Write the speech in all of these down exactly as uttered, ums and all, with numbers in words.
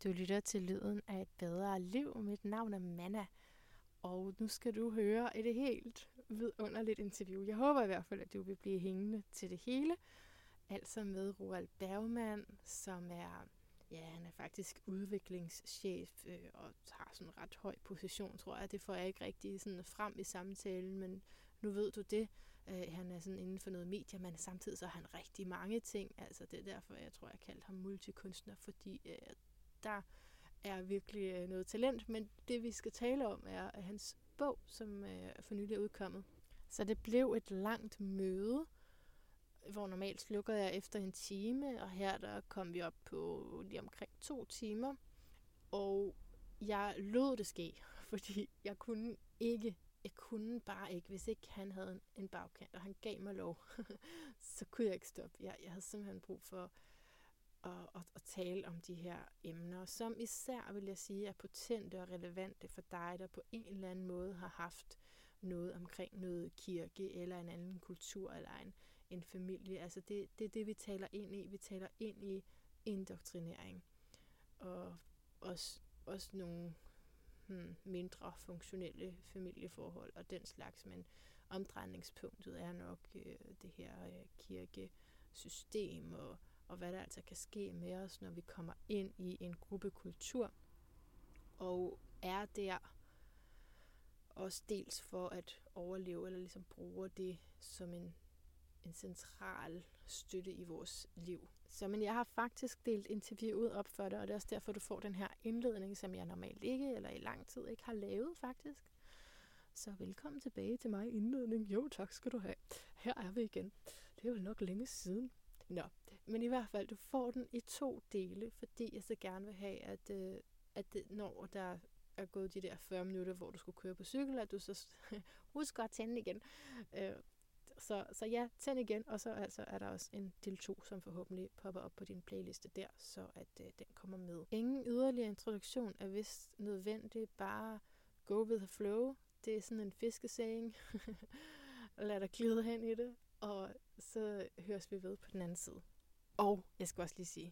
Du lytter til Lyden af et bedre liv. Mit navn er Manna, og nu skal du høre et helt vidunderligt interview. Jeg håber i hvert fald, at du vil blive hængende til det hele. Altså med Roald Bergmann, som er, ja, han er faktisk udviklingschef øh, og har sådan en ret høj position, tror jeg. Det får jeg ikke rigtig sådan frem i samtalen, men nu ved du det. Øh, han er sådan inden for noget medie, men samtidig så har han rigtig mange ting. Altså det er derfor, jeg tror, jeg kaldte ham multikunstner, fordi øh, der er virkelig øh, noget talent. Men det, vi skal tale om, er at hans bog, som øh, for nylig er udkommet. Så det blev et langt møde, hvor normalt slukker jeg efter en time, og her der kom vi op på lige omkring to timer. Og jeg lod det ske, fordi jeg kunne ikke Jeg kunne bare ikke, hvis ikke han havde en, en bagkant, og han gav mig lov, så kunne jeg ikke stoppe. Jeg, jeg havde simpelthen brug for at, at, at tale om de her emner, som især, vil jeg sige, er potente og relevante for dig, der på en eller anden måde har haft noget omkring noget kirke, eller en anden kultur, eller en, en familie. Altså det, det er det, vi taler ind i. Vi taler ind i indoktrinering. Og også, også nogle Hmm, mindre funktionelle familieforhold og den slags, men omdrejningspunktet er nok øh, det her øh, kirkesystem og, og hvad der altså kan ske med os, når vi kommer ind i en gruppekultur og er der også dels for at overleve eller ligesom bruge det som en, en central støtte i vores liv. Så men jeg har faktisk delt interviewet op for dig, og det er også derfor, du får den her indledning, som jeg normalt ikke, eller i lang tid ikke har lavet faktisk. Så velkommen tilbage til mig i indledning. Jo, tak skal du have. Her er vi igen. Det er jo nok længe siden. Nå, men i hvert fald, du får den i to dele, fordi jeg så gerne vil have, at, øh, at det, når der er gået de der fyrre minutter, hvor du skulle køre på cykel, at du så husker at tænde igen. Øh, Så, så ja, tænd igen, og så altså er der også en del to, som forhåbentlig popper op på din playliste der, så at øh, den kommer med. Ingen yderligere introduktion er vist nødvendigt, bare go with the flow. Det er sådan en fiskesaying. Lad dig glide hen i det, og så høres vi ved på den anden side. Og jeg skal også lige sige,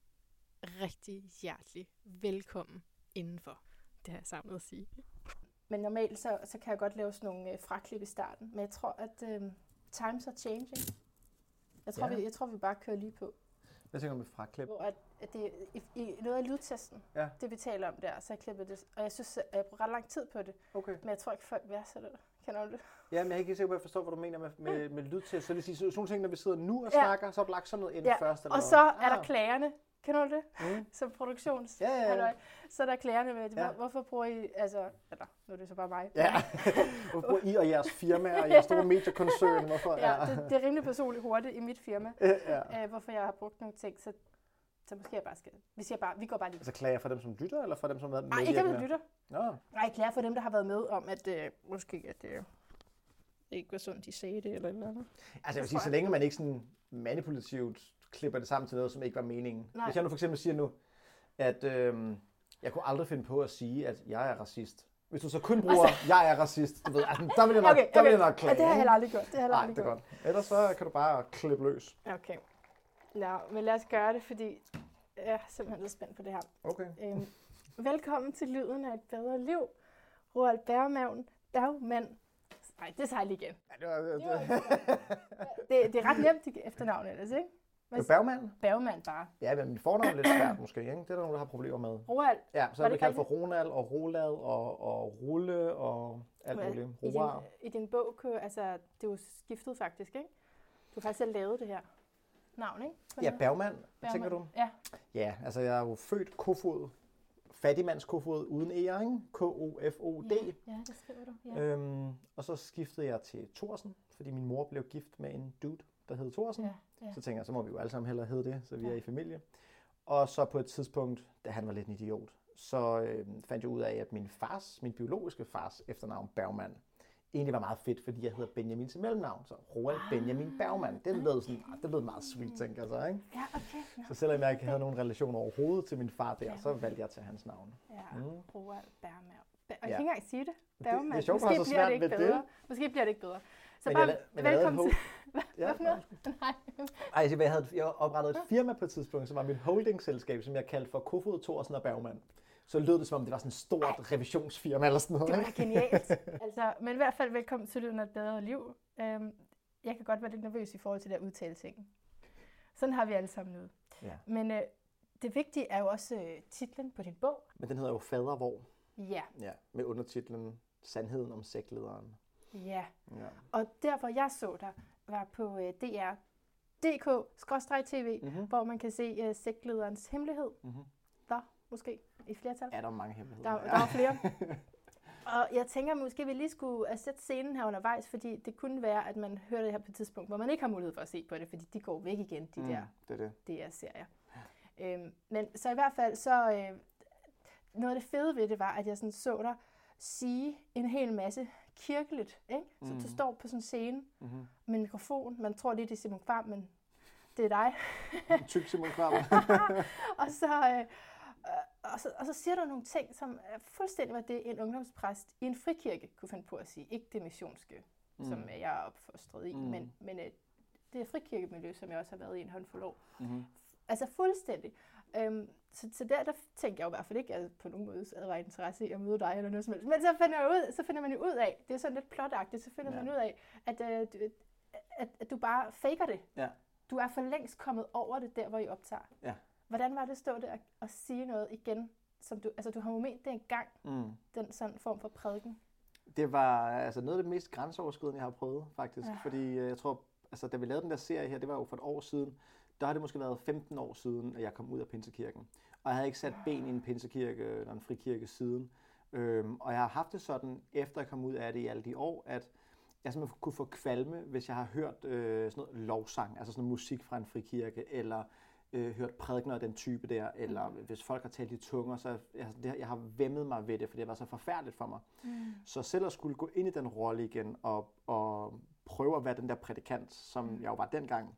rigtig hjertelig velkommen indenfor. Det har jeg savnet at sige. Men normalt så, så kan jeg godt lave sådan nogle øh, fraklip i starten, men jeg tror, at øh, times are changing. Jeg tror, ja. vi, jeg tror, vi bare kører lige på. Hvad tænker du med fraklip? Hvor at, at det, i, i noget af lydtesten, ja. Det vi taler om der, så jeg klippet det, og jeg synes, at jeg bruger ret lang tid på det. Okay. Men jeg tror ikke, folk værdsætter det. Kender du det? Ja, men jeg er ikke sikker på, at jeg forstår, hvad du mener med, med, med lydtest. Så det vil sige, sådan nogle ting, når vi sidder nu og ja. snakker, så er lagt sådan noget ind ja. først. Eller og så er der ah. klagerne. Kender du det? Mm. Som produktions. Ja, ja, ja. Så er der klagerne med, ja. hvorfor bruger I, altså, eller, nu er det så bare mig. Ja, hvorfor bruger I og jeres firma og jeres store mediekoncern? Hvorfor? Ja, ja. Det, det er rimelig personligt hurtigt i mit firma, ja. øh, hvorfor jeg har brugt nogle ting, så, så måske jeg bare skal, vi siger bare, vi går bare lige. Altså klager for dem, som lytter, eller for dem, som har været med? Nej, ikke dem, som lytter. Nå. Nej, klager for dem, der har været med om, at øh, måske, at det øh, ikke var sådan, de sagde det, eller eller andet. Altså jeg vil sige, så længe man ikke sådan manipulativt klipper det sammen til noget, som ikke var meningen. Nej. Hvis jeg nu for eksempel siger nu, at øhm, jeg kunne aldrig finde på at sige, at jeg er racist. Hvis du så kun bruger, altså, jeg er racist, du ved, altså, der vil jeg nok, okay, der vil jeg nok klage. Ja, det har jeg heller aldrig gjort. Det har jeg Nej, aldrig det er gjort. godt. Ellers så kan du bare klippe løs. Okay. Nå, men lad os gøre det, fordi jeg er simpelthen lidt spændt på det her. Okay. Øhm, velkommen til Lyden af et bedre liv. Roald Bergmann, Bergmann. Nej, det sagde jeg lige igen. Ja, det, var, det, det, var, det, det er ret nemt efter navnet ellers, ikke? Men, Bergmann? Bergmann bare. Ja, men mit fornavn er lidt svært måske, ikke? Det er der nogen, der har problemer med. Roald? Ja, så er det kaldt for Ronald og Rolad og, og Rulle og alt muligt. I din, I din bog, altså, det er jo skiftet faktisk, ikke? Du har faktisk selv lavet det her navn, ikke? Ja, Bergmann, Bergmann, tænker du? Ja. Ja, altså jeg er jo født Kofod. Fattigmands Kofod uden ære, ikke? K O F O D. Ja, ja, det skriver du. Ja. Øhm, og så skiftede jeg til Thorsen, fordi min mor blev gift med en dude, der hed Thorsen. Ja, ja. Så tænker jeg, så må vi jo alle sammen hellere hedde det, så vi ja. er i familie. Og så på et tidspunkt, da han var lidt en idiot, så øh, fandt jeg ud af, at min fars, min biologiske fars efternavn Bergmann, egentlig var meget fedt, fordi jeg hedder Benjamin til mellemnavn. Så Roald ah, Benjamin Bergmann. Det lød sådan, det lød meget sweet, tænker jeg så, ikke? Ja, okay. No. Så selvom jeg ikke havde nogen relation overhovedet til min far der, ja. så valgte jeg til hans navn. Ja, mm. Roald Og jeg kan ikke engang sige det. Bergman. Det er sjovt, Måske så bliver det ikke bedre. Det. Måske bliver det ikke bedre. Så men bare jeg, men velkommen til... Hvad ja, for noget? Nej. Ej, jeg havde jeg oprettet et firma på et tidspunkt, som var mit holdingselskab, som jeg kaldte for Kofod, Thorsen og Bergman. Så lød det, som om det var sådan et stort Ej. revisionsfirma eller sådan noget. Det var genialt. altså, men i hvert fald velkommen til Lyden af et bedre liv. Um, jeg kan godt være lidt nervøs i forhold til det at udtale ting. Sådan har vi alle sammen noget. Ja. Men uh, det vigtige er jo også uh, titlen på din bog. Men den hedder jo Fadervor. Ja. Ja. Med undertitlen Sandheden om sektlederen. Ja. ja. Og der, hvor jeg så dig, var på uh, D R punktum D K skråstreg T V, mm-hmm. hvor man kan se uh, sektlederens hemmelighed. Mm-hmm. Der, måske, i flertal. Ja, der er mange hemmeligheder. Der, der var flere. Og jeg tænker, måske vi lige skulle sætte scenen her undervejs, fordi det kunne være, at man hører det her på et tidspunkt, hvor man ikke har mulighed for at se på det, fordi de går væk igen, de mm, der det er det. D R-serier. Øhm, men så i hvert fald, så øh, noget af det fede ved det var, at jeg sådan så dig sige en hel masse kirkeligt, ikke? Så mm. du står på sådan en scene mm-hmm. med en mikrofon. Man tror lige, det er Simon Kvam, men det er dig. Tyk Simon Kvam. og, så, øh, og, så, og så siger du nogle ting, som er fuldstændig var det, en ungdomspræst i en frikirke kunne finde på at sige. Ikke det missionske, mm. som jeg er opfostret i, mm. men, men øh, det er frikirkemiljø, som jeg også har været i en håndfuld år. Mm-hmm. Altså fuldstændig. Øhm, så, så der, der tænkte jeg jo i hvert fald ikke, at jeg på nogen måde havde været interesse i at møde dig eller noget som helst. Men så finder, jeg ud, så finder man jo ud af, det er sådan lidt plotagtigt, så finder ja. man ud af, at, øh, du, at, at du bare faker det. Ja. Du er for længst kommet over det der, hvor I optager. Ja. Hvordan var det at stå der og, og sige noget igen, som du, altså du har jo ment det engang, mm. den sådan form for prædiken? Det var altså noget af det mest grænseoverskridende, jeg har prøvet, faktisk. Ja. Fordi jeg tror, altså da vi lavede den der serie her, det var jo for et år siden, der har det måske været femten år siden, at jeg kom ud af Pinsekirken. Og jeg havde ikke sat ben i en Pinsekirke eller en frikirke siden. Øhm, og jeg har haft det sådan, efter jeg kom ud af det i alle de år, at jeg simpelthen kunne få kvalme, hvis jeg har hørt øh, sådan noget lovsang, altså sådan noget musik fra en frikirke, eller øh, hørt prædikener af den type der, eller mm. hvis folk har talt i tunger, så altså, det, jeg har væmmet mig ved det, for det var så forfærdeligt for mig. Mm. Så selv at skulle gå ind i den rolle igen, og, og prøve at være den der prædikant, som mm. jeg jo var dengang,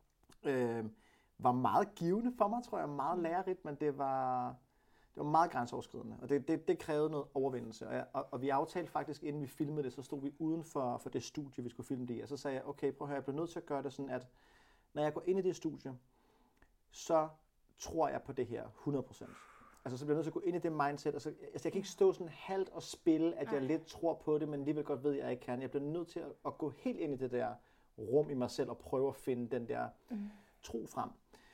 øh, var meget givende for mig, tror jeg, meget lærerigt, men det var, det var meget grænseoverskridende, og det, det, det krævede noget overvindelse. Og, jeg, og, og vi aftalte faktisk, inden vi filmede det, så stod vi uden for, for det studie, vi skulle filme det i, og så sagde jeg, okay, prøv at høre, jeg bliver nødt til at gøre det sådan, at når jeg går ind i det studie, så tror jeg på det her hundrede procent. Altså, så bliver jeg nødt til at gå ind i det mindset. Altså, jeg kan ikke stå sådan halvt og spille, at jeg lidt tror på det, men alligevel godt ved, at jeg ikke kan. Jeg bliver nødt til at, at gå helt ind i det der rum i mig selv og prøve at finde den der mm. tro frem.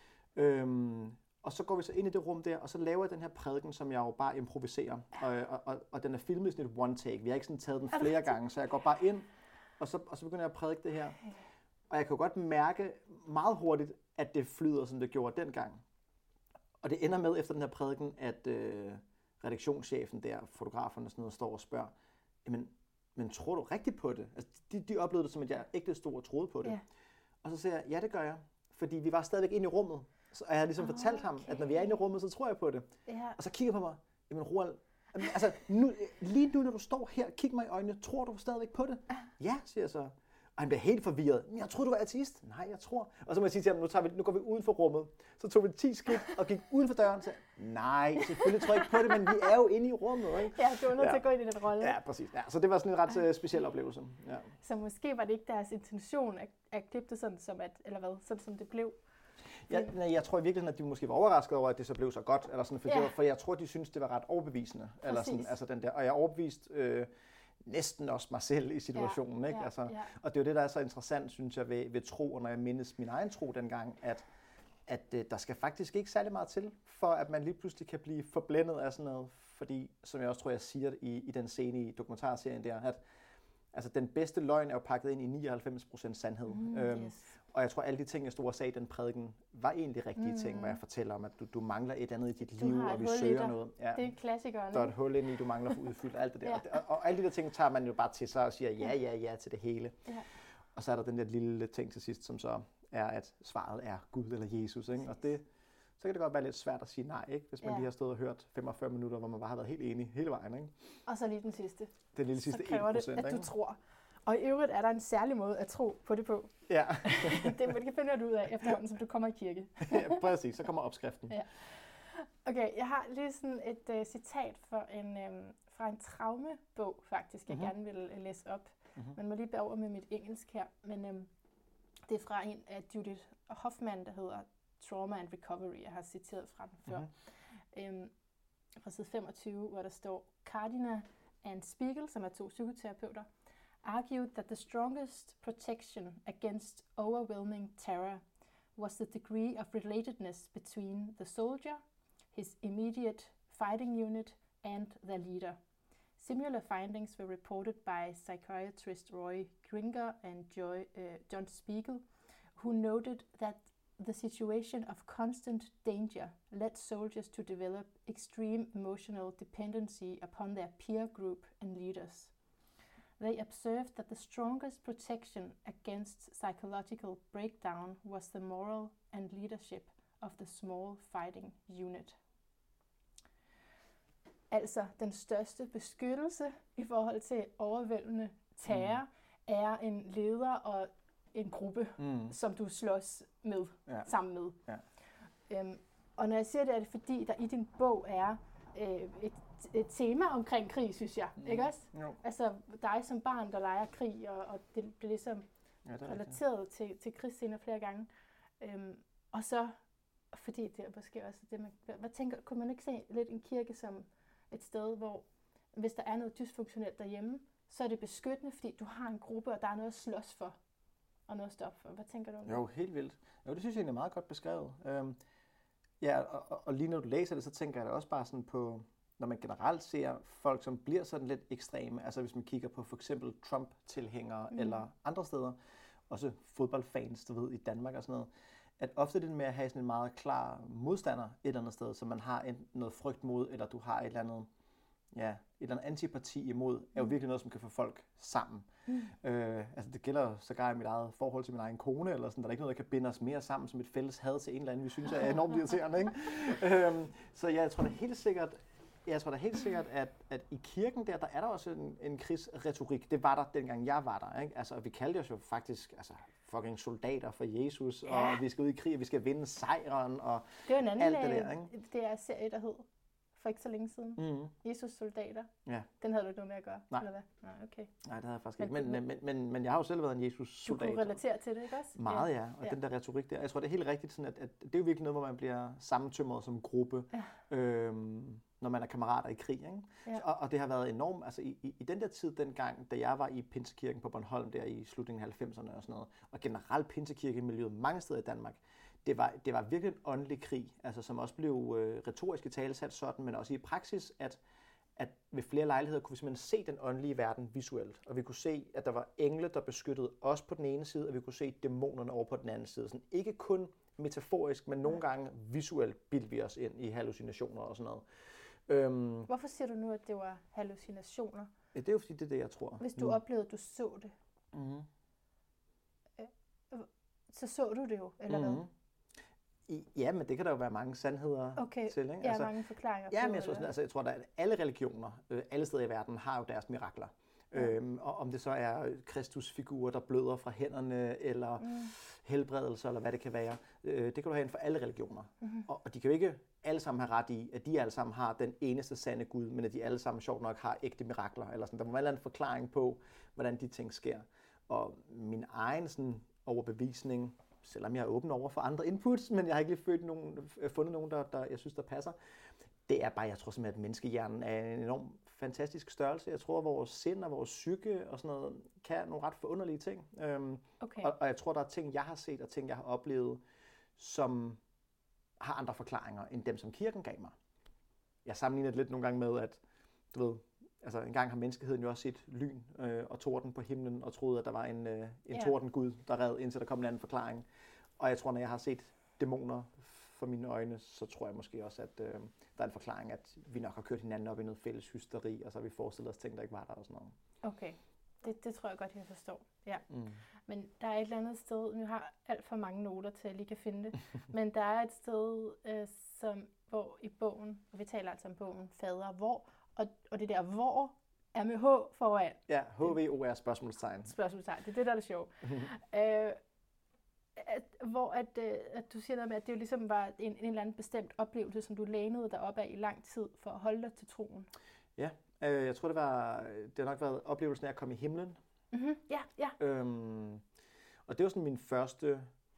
Øhm, og så går vi så ind i det rum der, og så laver jeg den her prædiken, som jeg jo bare improviserer. Og, og, og, og den er filmet i sådan et one take. Vi har ikke sådan taget den flere gange, så jeg går bare ind, og så, og så begynder jeg at prædike det her. Og jeg kan godt mærke meget hurtigt, at det flyder, som det gjorde dengang. Og det ender med, efter den her prædiken, at øh, redaktionschefen der, fotograferne og sådan noget, står og spørger, jamen, men tror du rigtigt på det? Altså, de, de oplevede det som, at jeg ægte stod og troede på det. Ja. Og så siger jeg, ja, det gør jeg. Fordi vi var stadigvæk inde i rummet. Så jeg havde ligesom oh, fortalt ham, okay. at når vi er inde i rummet, så tror jeg på det. Ja. Og så kigger jeg på mig, jamen Roald, altså, nu, lige nu, når du står her, kig mig i øjnene, tror du stadigvæk på det? Ja, siger jeg så. Og han bliver helt forvirret. Jeg troede, du var ateist. Nej, jeg tror. Og så må jeg sige til ham, nu, tager vi, nu går vi uden for rummet. Så tog vi ti skridt og gik uden for døren og sagde, nej, selvfølgelig tror jeg ikke på det, men vi er jo inde i rummet. Ikke? Ja, du er nødt ja. til at gå ind i den rolle. Ja, præcis. Ja, så det var sådan en ret uh, speciel oplevelse. Ja. Så måske var det ikke deres intention at, at klippe det sådan, som at, eller hvad, sådan som det blev? Ja, nej, jeg tror i virkeligheden, at de måske var overrasket over, at det så blev så godt. Eller sådan, for, ja. det var, for jeg tror, de synes det var ret overbevisende. Eller sådan, altså den der. Og jeg er overbevist... Øh, næsten også mig selv i situationen, ja, ikke? Ja, altså, ja. Og det er jo det, der er så interessant, synes jeg, ved, ved tro, og når jeg mindes min egen tro dengang, at, at øh, der skal faktisk ikke særlig meget til, for at man lige pludselig kan blive forblændet af sådan noget, fordi, som jeg også tror, jeg siger i, i den scene i dokumentarserien der, at altså, den bedste løgn er jo pakket ind i nioghalvfems procent sandhed. Mm, øhm, yes. Og jeg tror, alle de ting, jeg stod og sagde i den prædiken, var egentlig rigtige mm. ting, hvor jeg fortæller om, at du, du mangler et andet i dit du liv, og vi søger noget. Ja. Det er klassikeren. Der er et hul ind i, du mangler for udfyldt, alt det der. ja. og, og alle de der ting tager man jo bare til sig og siger ja, ja, ja til det hele. Ja. Og så er der den der lille ting til sidst, som så er, at svaret er Gud eller Jesus. Ikke? Og det, så kan det godt være lidt svært at sige nej, ikke? Hvis man ja. lige har stået og hørt femogfyrre minutter, hvor man bare har været helt enig hele vejen. Ikke? Og så lige den sidste. Den lille sidste så kræver en procent, det, at du ikke? tror. Og i øvrigt er der en særlig måde at tro på det på. Ja. det, det finder du ud af efterhånden, som du kommer i kirke. ja, præcis. Så kommer opskriften. Ja. Okay, jeg har lige sådan et uh, citat for en, um, fra en traumebog, faktisk, jeg mm-hmm. gerne vil uh, læse op. Mm-hmm. Man må lige bære over med mit engelsk her, men um, det er fra en af Judith Hoffman, der hedder Trauma and Recovery. Jeg har citeret fra den før. Mm-hmm. Um, fra side femogtyve, hvor der står, Cardina and Spiegel, som er to psykoterapeuter, argued that the strongest protection against overwhelming terror was the degree of relatedness between the soldier, his immediate fighting unit, and their leader. Similar findings were reported by psychiatrist Roy Gringer and Joy, uh, John Spiegel, who noted that the situation of constant danger led soldiers to develop extreme emotional dependency upon their peer group and leaders. They observed that the strongest protection against psychological breakdown was the moral and leadership of the small fighting unit. Altså, den største beskyttelse i forhold til overvældende terror mm. er en leder og en gruppe, mm. som du slås med, ja. sammen med. Ja. Øhm, og når jeg siger det, er det fordi, der i din bog er øh, et, et tema omkring krig, synes jeg. Mm. Ikke også? Jo. Altså dig som barn, der leger krig, og, og det bliver ligesom ja, det relateret til, til krigsscener flere gange. Øhm, og så, fordi det er måske også det, man, hvad tænker, kunne man ikke se lidt en kirke som et sted, hvor hvis der er noget dysfunktionelt derhjemme, så er det beskyttende, fordi du har en gruppe, og der er noget at slås for, og noget at stoppe for. Hvad tænker du om det? Jo, helt vildt. Jo, det synes jeg egentlig er meget godt beskrevet. Øhm, ja, og, og, og lige når du læser det, så tænker jeg da også bare sådan på, når man generelt ser folk, som bliver sådan lidt ekstreme, altså hvis man kigger på for eksempel Trump-tilhængere mm. eller andre steder, også fodboldfans, du ved, i Danmark og sådan noget, at ofte det med at have sådan en meget klar modstander et eller andet sted, så man har en, noget frygt mod, eller du har et eller andet, ja, et eller andet antiparti imod, er jo virkelig noget, som kan få folk sammen. Mm. Øh, altså det gælder sågar i mit eget forhold til min egen kone, eller sådan, der er ikke noget, der kan binde os mere sammen som et fælles had til en eller anden, vi synes er enormt irriterende, ikke? øhm, så ja, jeg tror da helt sikkert, jeg tror da helt sikkert, at, at i kirken der, der er der også en, en krigsretorik. Det var der, dengang jeg var der, ikke? Altså, vi kaldte os jo faktisk, altså, fucking soldater for Jesus, ja. Og vi skal ud i krig, og vi skal vinde sejren, og det var en anden, alt det der, ikke? Det er serie, der hed, for ikke så længe siden, mm. Jesus soldater. Ja. Den havde du ikke noget med at gøre, Nej. eller hvad? Nej, okay. Nej, det havde jeg faktisk ikke. Men, men, men, men, men jeg har jo selv været en Jesus soldat. Du kunne relatere til det, ikke også? Meget, ja. Og ja. Den der retorik der, jeg tror, det er helt rigtigt, sådan at, at det er jo virkelig noget, hvor man bliver sammentømret som gruppe. Ja. Øhm, når man er kammerater i krig, ikke? Ja. Og, og det har været enormt, altså i, i, i den der tid dengang, da jeg var i Pinsekirken på Bornholm der i slutningen af halvfemserne og sådan noget, og generelt Pinsekirkemiljøet mange steder i Danmark, det var, det var virkelig en åndelig krig, altså som også blev øh, retorisk i talesat sådan, men også i praksis, at, at ved flere lejligheder kunne vi simpelthen se den åndelige verden visuelt, og vi kunne se, at der var engle, der beskyttede os på den ene side, og vi kunne se dæmonerne over på den anden side. Sådan ikke kun metaforisk, men nogle gange visuelt bildte vi os ind i hallucinationer og sådan noget. Øhm, Hvorfor siger du nu, at det var hallucinationer? Ja, det er jo fordi, det er det, jeg tror. Hvis du mm. oplevede, at du så det, mm. øh, så så du det jo, eller mm. hvad? I, ja, men det kan der jo være mange sandheder okay. til. Ikke? Ja, altså, mange forklaringer ja, på. Men jeg tror, sådan, altså, jeg tror, at alle religioner, øh, alle steder i verden, har jo deres mirakler. Ja. Øhm, og om det så er Kristusfigurer, der bløder fra hænderne, eller mm. helbredelser, eller hvad det kan være. Øh, det kan du have inden for alle religioner. Mm-hmm. Og, og de kan jo ikke alle sammen have ret i, at de alle sammen har den eneste sande Gud, men at de alle sammen sjovt nok har ægte mirakler. Eller sådan. Der må være en eller anden forklaring på, hvordan de ting sker. Og min egen sådan, overbevisning, selvom jeg er åben over for andre inputs, men jeg har ikke lige fundet nogen, fundet nogen, der, der jeg synes, der passer. Det er bare, jeg tror simpelthen, at menneskehjernen er en enorm fantastisk størrelse. Jeg tror, at vores sind og vores psyke og sådan noget kan nogle ret forunderlige ting. Øhm, okay. og, og jeg tror, der er ting, jeg har set og ting, jeg har oplevet, som har andre forklaringer end dem, som kirken gav mig. Jeg sammenligner det lidt nogle gange med, at du ved, altså engang har menneskeheden jo også set lyn øh, og torden på himlen og troede, at der var en, øh, en yeah. tordengud, der red, indtil der kom en anden forklaring. Og jeg tror, når jeg har set dæmoner for mine øjne, så tror jeg måske også, at øh, der er en forklaring, at vi nok har kørt hinanden op i noget fælles hysteri, og så har vi forestillet os ting, der ikke var der og sådan noget. Okay, det, det tror jeg godt, jeg forstår. Ja. Mm. Men der er et eller andet sted, nu har alt for mange noter til, at jeg lige kan finde det, men der er et sted, øh, som, hvor i bogen, og vi taler altså om bogen, Fader, hvor, og, og det der hvor er med H foran. Ja, H V O R spørgsmålstegn. Spørgsmålstegn, det er det, der er det sjove. øh, at, hvor at, øh, at du siger noget med, at det jo ligesom var en, en eller anden bestemt oplevelse, som du lænede dig op af i lang tid for at holde dig til troen. Ja, øh, jeg tror, det var det har nok været oplevelsen af at komme i himlen. Mm-hmm. Ja, ja. Øhm, og det var sådan min første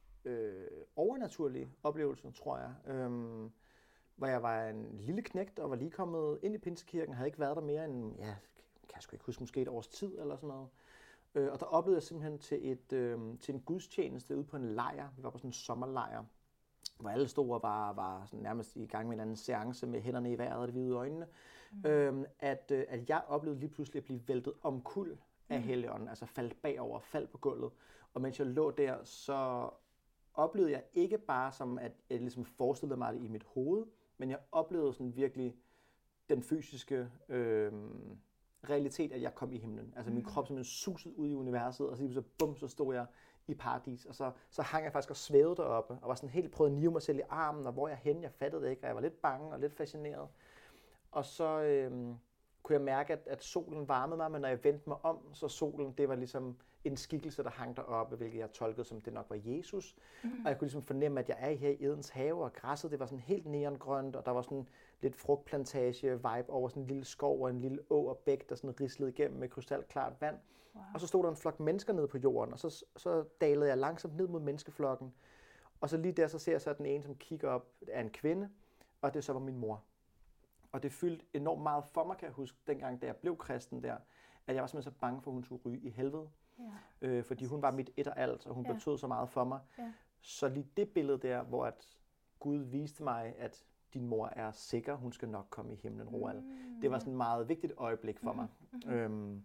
øh, overnaturlige oplevelse, tror jeg. Øhm, hvor jeg var en lille knægt og var lige kommet ind i Pinsekirken, havde ikke været der mere end, ja, kan jeg sgu ikke huske, måske et års tid eller sådan noget. Øh, og der oplevede jeg simpelthen til, et, øh, til en gudstjeneste ude på en lejr. Vi var på sådan en sommerlejr, hvor alle stod og var, var sådan nærmest i gang med en anden seance med hænderne i vejret og det hvide øjnene. Mm. Øhm, at, øh, at jeg oplevede lige pludselig at blive væltet omkuld af mm. Helligånden, altså faldt bagover, faldt på gulvet. Og mens jeg lå der, så oplevede jeg ikke bare som, at jeg ligesom forestillede mig det i mit hoved, men jeg oplevede sådan virkelig den fysiske øh, realitet, at jeg kom i himlen. Altså min krop simpelthen susede ud i universet, og så, bum, så stod jeg i paradis, og så, så hang jeg faktisk og svævede deroppe, og var sådan helt prøvet at nive mig selv i armen, og hvor jeg hen, jeg fattede det ikke, og jeg var lidt bange og lidt fascineret. Og så øh, kunne jeg mærke, at, at solen varmede mig, men når jeg vendte mig om, så solen, det var ligesom en skikkelse, der hang deroppe, hvilket jeg tolkede som, det nok var Jesus. Mm. Og jeg kunne ligesom fornemme, at jeg er her i Edens have, og græsset, det var sådan helt neongrønt, og der var sådan lidt frugtplantage-vibe over sådan en lille skov og en lille å og bæk, der sådan rislede igennem med krystalklart vand. Wow. Og så stod der en flok mennesker nede på jorden, og så, så dalede jeg langsomt ned mod menneskeflokken. Og så lige der, så ser jeg så den ene, som kigger op, er en kvinde, og det så var min mor. Og det fyldte enormt meget for mig, kan jeg huske, dengang, da jeg blev kristen der, at jeg var simpelthen så bange for, at hun skulle ryge i helvede. Ja. Øh, fordi hun var mit et og alt, og hun ja. betød så meget for mig. Ja. Så lige det billede der, hvor at Gud viste mig, at din mor er sikker, hun skal nok komme i himlen, Roald. Mm. Det var sådan et meget vigtigt øjeblik for mig. Mm-hmm. Øhm,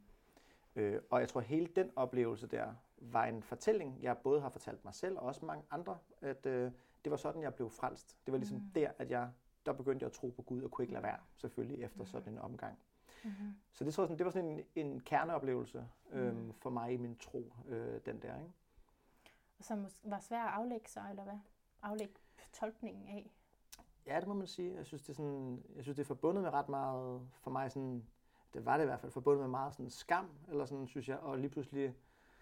øh, og jeg tror, hele den oplevelse der var en fortælling, jeg både har fortalt mig selv og også mange andre, at øh, det var sådan, jeg blev frelst. Det var ligesom mm. der, at jeg der begyndte jeg at tro på Gud, og kunne ikke lade være, selvfølgelig, efter sådan en omgang. Mm-hmm. Så det, sådan, det var sådan en, en kerneoplevelse øhm, mm. for mig i min tro, øh, den der, ikke? Og som var svær at aflægge sig, eller hvad? Aflægge tolkningen af? Ja, det må man sige. Jeg synes, det er, sådan, jeg synes, det er forbundet med ret meget, for mig sådan, det var det i hvert fald, forbundet med meget sådan skam, eller sådan, synes jeg, og lige pludselig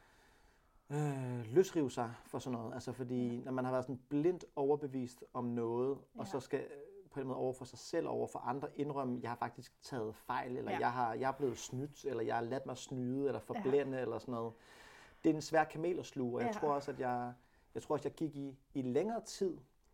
øh, løsrive sig for sådan noget. Altså fordi, ja. når man har været sådan blindt overbevist om noget, ja. og så skal på en måde over for sig selv, over for andre indrømme, jeg har faktisk taget fejl, eller ja. jeg, har, jeg er blevet snydt, eller jeg har ladt mig snyde, eller forblænde, ja. eller sådan noget. Det er en svær kamel at sluge, og jeg ja. tror også, at jeg, jeg tror også, jeg gik i, i længere tid,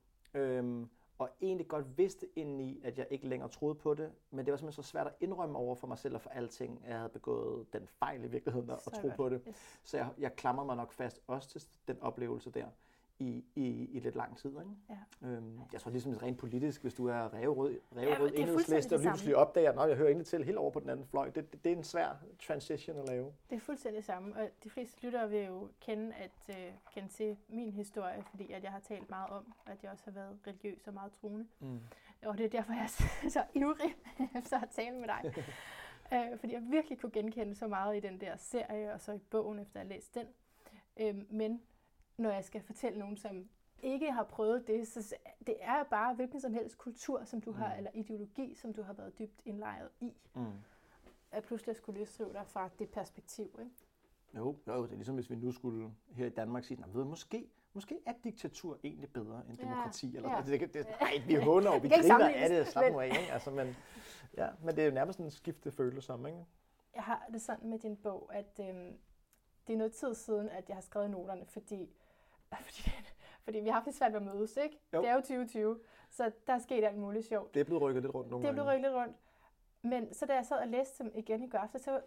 øhm, og egentlig godt vidste indeni, at jeg ikke længere troede på det, men det var simpelthen så svært at indrømme over for mig selv og for alting, at jeg havde begået den fejl i virkeligheden at tro på det. Yes. Så jeg, jeg klamrer mig nok fast også til den oplevelse der. I, i, i lidt lang tid, ikke? Ja. Øhm, jeg tror ligesom rent politisk, hvis du er ræverød, ræverød ja, enhedsliste og lige pludselig opdager, at jeg hører egentlig til helt over på den anden fløj. Det, det, det er en svær transition at lave. Det er fuldstændig det samme, og de fleste lyttere vil jo kende, at, uh, kende til min historie, fordi at jeg har talt meget om, at jeg også har været religiøs og meget troende. Mm. Og det er derfor, jeg er så ivrig efter at tale med dig. uh, fordi jeg virkelig kunne genkende så meget i den der serie, og så i bogen, efter at have læst den. Uh, men når jeg skal fortælle nogen, som ikke har prøvet det, så det er bare hvilken som helst kultur, som du har, mm. eller ideologi, som du har været dybt indlejret i. Mm. At pludselig skulle løsrive dig fra det perspektiv, ikke? Jo, jo, det er ligesom hvis vi nu skulle her i Danmark sige, ved, måske, måske er diktatur egentlig bedre end demokrati. Ja, eller ja. Det, det, det, nej, vi hunder og vi griner af det, slap nu af, ikke? Altså, men, ja, men det er jo nærmest en skifte følelse om, ikke? Jeg har det sådan med din bog, at øhm, det er noget tid siden, at jeg har skrevet noterne, fordi Fordi, fordi vi har haft det svært ved at mødes, ikke? Jo. Det er jo tyve tyve, så der er sket alt muligt sjovt. Det er blevet rykket lidt rundt nogle gange. Det er blevet rykket lidt rundt. Men så da jeg sad og læste dem igen i går aften, så,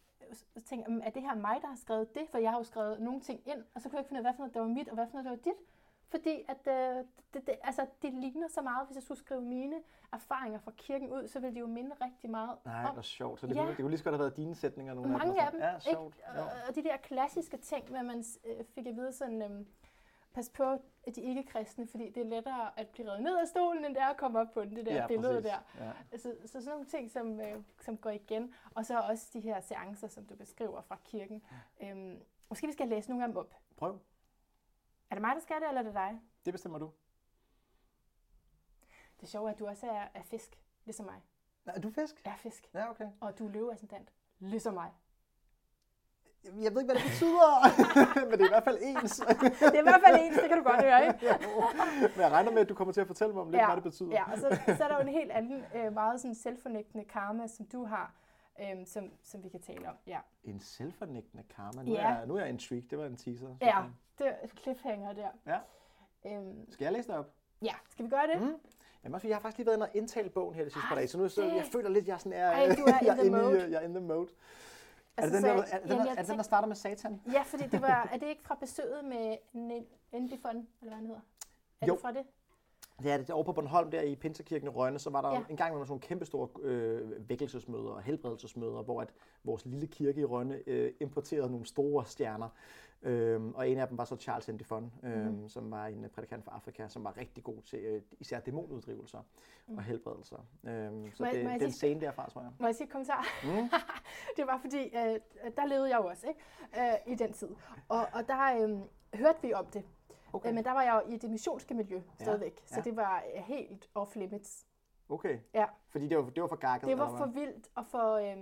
så tænkte jeg, er det her mig, der har skrevet det? For jeg har jo skrevet nogle ting ind, og så kunne jeg ikke finde ud af, hvad for noget der var mit, og hvad for noget der var dit. Fordi at, øh, det, det, altså, det ligner så meget, hvis jeg skulle skrive mine erfaringer fra kirken ud, så ville de jo minde rigtig meget Nej, om. hvor sjovt. Så det, ja. kunne, det kunne lige så godt have været dine sætninger. Nogle Mange af dem. Ja, sjovt. Ikke? Og, og de der klassiske ting, hvor man øh, fik at vide sådan, øh, pas på de ikke-kristne, fordi det er lettere at blive revet ned af stolen, end det er at komme op på den, det der ja, billede præcis. der. Ja. Så, så sådan nogle ting, som, øh, som går igen. Og så også de her seancer, som du beskriver fra kirken. Ja. Øhm, måske vi skal læse nogle af dem op. Prøv. Er det mig, der skal det, eller er det dig? Det bestemmer du. Det sjove er, at du også er, er fisk, ligesom mig. Er du fisk? Jeg er fisk. Ja, okay. Og du er løveascendant, ligesom mig. Jeg ved ikke, hvad det betyder, men det er i hvert fald ens. Det er i hvert fald ens, det kan du godt høre, ikke? Men jeg regner med, at du kommer til at fortælle mig om lidt, ja, hvad det betyder. Ja, og så, så er der jo en helt anden, øh, meget sådan selvfornægtende karma, som du har, øh, som, som vi kan tale om. Ja. En selvfornægtende karma? Nu, ja. er, jeg, nu er jeg intrigued, det var en teaser. Ja, det er cliffhanger der. Ja. Øhm, skal jeg læse det op? Ja, skal vi gøre det? Mm. Jamen også, jeg har faktisk lige været inde og indtale bogen her det sidste par dage, så nu så jeg føler lidt, at jeg sådan er, Ej, du er jeg in the mode. I, jeg er in the mode. Altså, er det den, der, er, den, der, er det den, der starter med Satan? Ja, fordi det var, er det ikke fra besøget med Endifon, eller hvad han hedder? Er jo. det fra det? Det er det. Over på Bornholm, der i Pinsekirken i Rønne, så var der ja. en gang med sådan nogle kæmpestore øh, vækkelsesmøder og helbredelsesmøder, hvor at vores lille kirke i Rønne øh, importerede nogle store stjerner. Øhm, og en af dem var så Charles Endifon, øhm, mm. som var en prædikant fra Afrika, som var rigtig god til øh, især dæmonuddrivelser mm. og helbredelser. Øhm, så må det, jeg, den sige, scene derfra, tror jeg. Må jeg sige et kommentar? Mm. Det var fordi, øh, der levede jeg jo også, ikke? Øh, i den tid. Og, og der øh, hørte vi om det. Okay. Øh, men der var jeg jo i det missionske miljø stadigvæk, ja. så ja. det var helt off limits. Okay, ja. fordi det var, det var for gakket? Det var for vildt og for... Øh,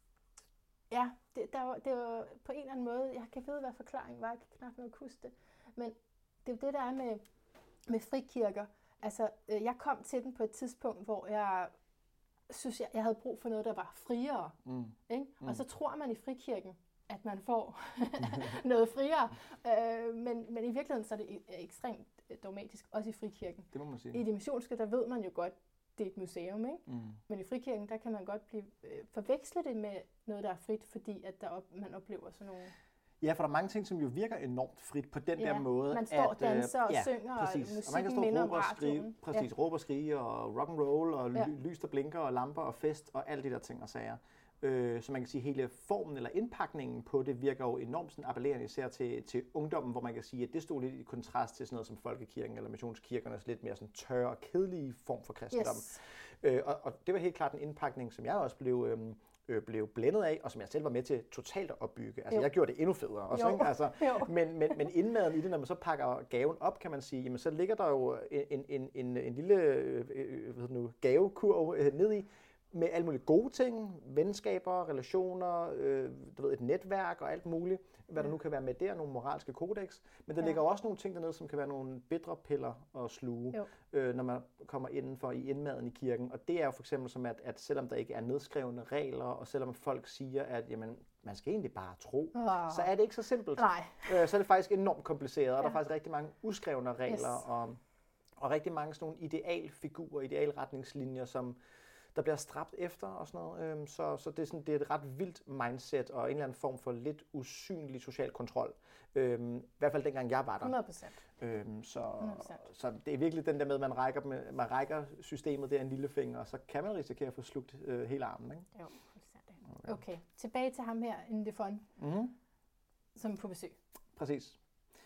ja, det, der var, det var på en eller anden måde, jeg kan vide, hvad forklaringen var, jeg kan knap nok huske det, men det er jo det, der er med, med frikirker. Altså, øh, jeg kom til den på et tidspunkt, hvor jeg synes, jeg, jeg havde brug for noget, der var friere. Mm. Ikke? Mm. Og så tror man i frikirken, at man får noget friere, øh, men, men i virkeligheden så er det ekstremt dogmatisk, også i frikirken. Det må man sige. I det missionske, der ved man jo godt, det er et museum, ikke? Mm. Men i frikirken, der kan man godt blive øh, forveksle det med noget, der er frit, fordi at der op, man oplever sådan nogle... Ja, for der er rock ting, som jo virker enormt frit på den ja, der måde. Man står og danser og ja, synger, præcis. og musikken og man kan stå minder om og skrige, præcis, ja. råbe og skrige, og rock and roll, og ja. lys, der blinker, og lamper, og fest, og alle de der ting og sager. Øh, så man kan sige, hele formen eller indpakningen på det virker jo enormt sådan appellerende, især til, til ungdommen, hvor man kan sige, at det stod lidt i kontrast til sådan noget som folkekirken eller missionskirkernes lidt mere sådan tørre og kedelige form for kristendom. Yes. Øh, og, og det var helt klart en indpakning, som jeg også blev... Øh, Øh, blev blændet af, og som jeg selv var med til totalt at opbygge. Altså, jo. Jeg gjorde det endnu federe også, ikke? Altså, men, men, men indmaden i det, når man så pakker gaven op, kan man sige, jamen, så ligger der jo en, en, en, en lille øh, hvad nu, gavekurv øh, ned i, med alle mulige gode ting, venskaber, relationer, øh, du ved, et netværk og alt muligt, hvad der nu kan være med der, nogle moralske kodex. Men der ja. ligger også nogle ting dernede, som kan være nogle bitre piller at sluge, øh, når man kommer indenfor i indmaden i kirken. Og det er jo for eksempel som, at, at selvom der ikke er nedskrevne regler, og selvom folk siger, at jamen, man skal egentlig bare tro, oh. så er det ikke så simpelt. Nej. Øh, så er det faktisk enormt kompliceret, og ja. der er faktisk rigtig mange uskrevne regler, yes. og, og rigtig mange sådan nogle idealfigurer, idealretningslinjer, som der bliver stræbt efter og sådan noget. Øhm, så så det, er sådan, det er et ret vildt mindset og en eller anden form for lidt usynlig social kontrol. Øhm, I hvert fald dengang jeg var der. hundrede procent. Øhm, så, så det er virkelig den der med, at man rækker, med, man rækker systemet der en lille finger, og så kan man risikere at få slugt øh, hele armen. Ikke? Jo, okay. okay. Tilbage til ham her, Endifon, mm-hmm. som er på besøg. Præcis.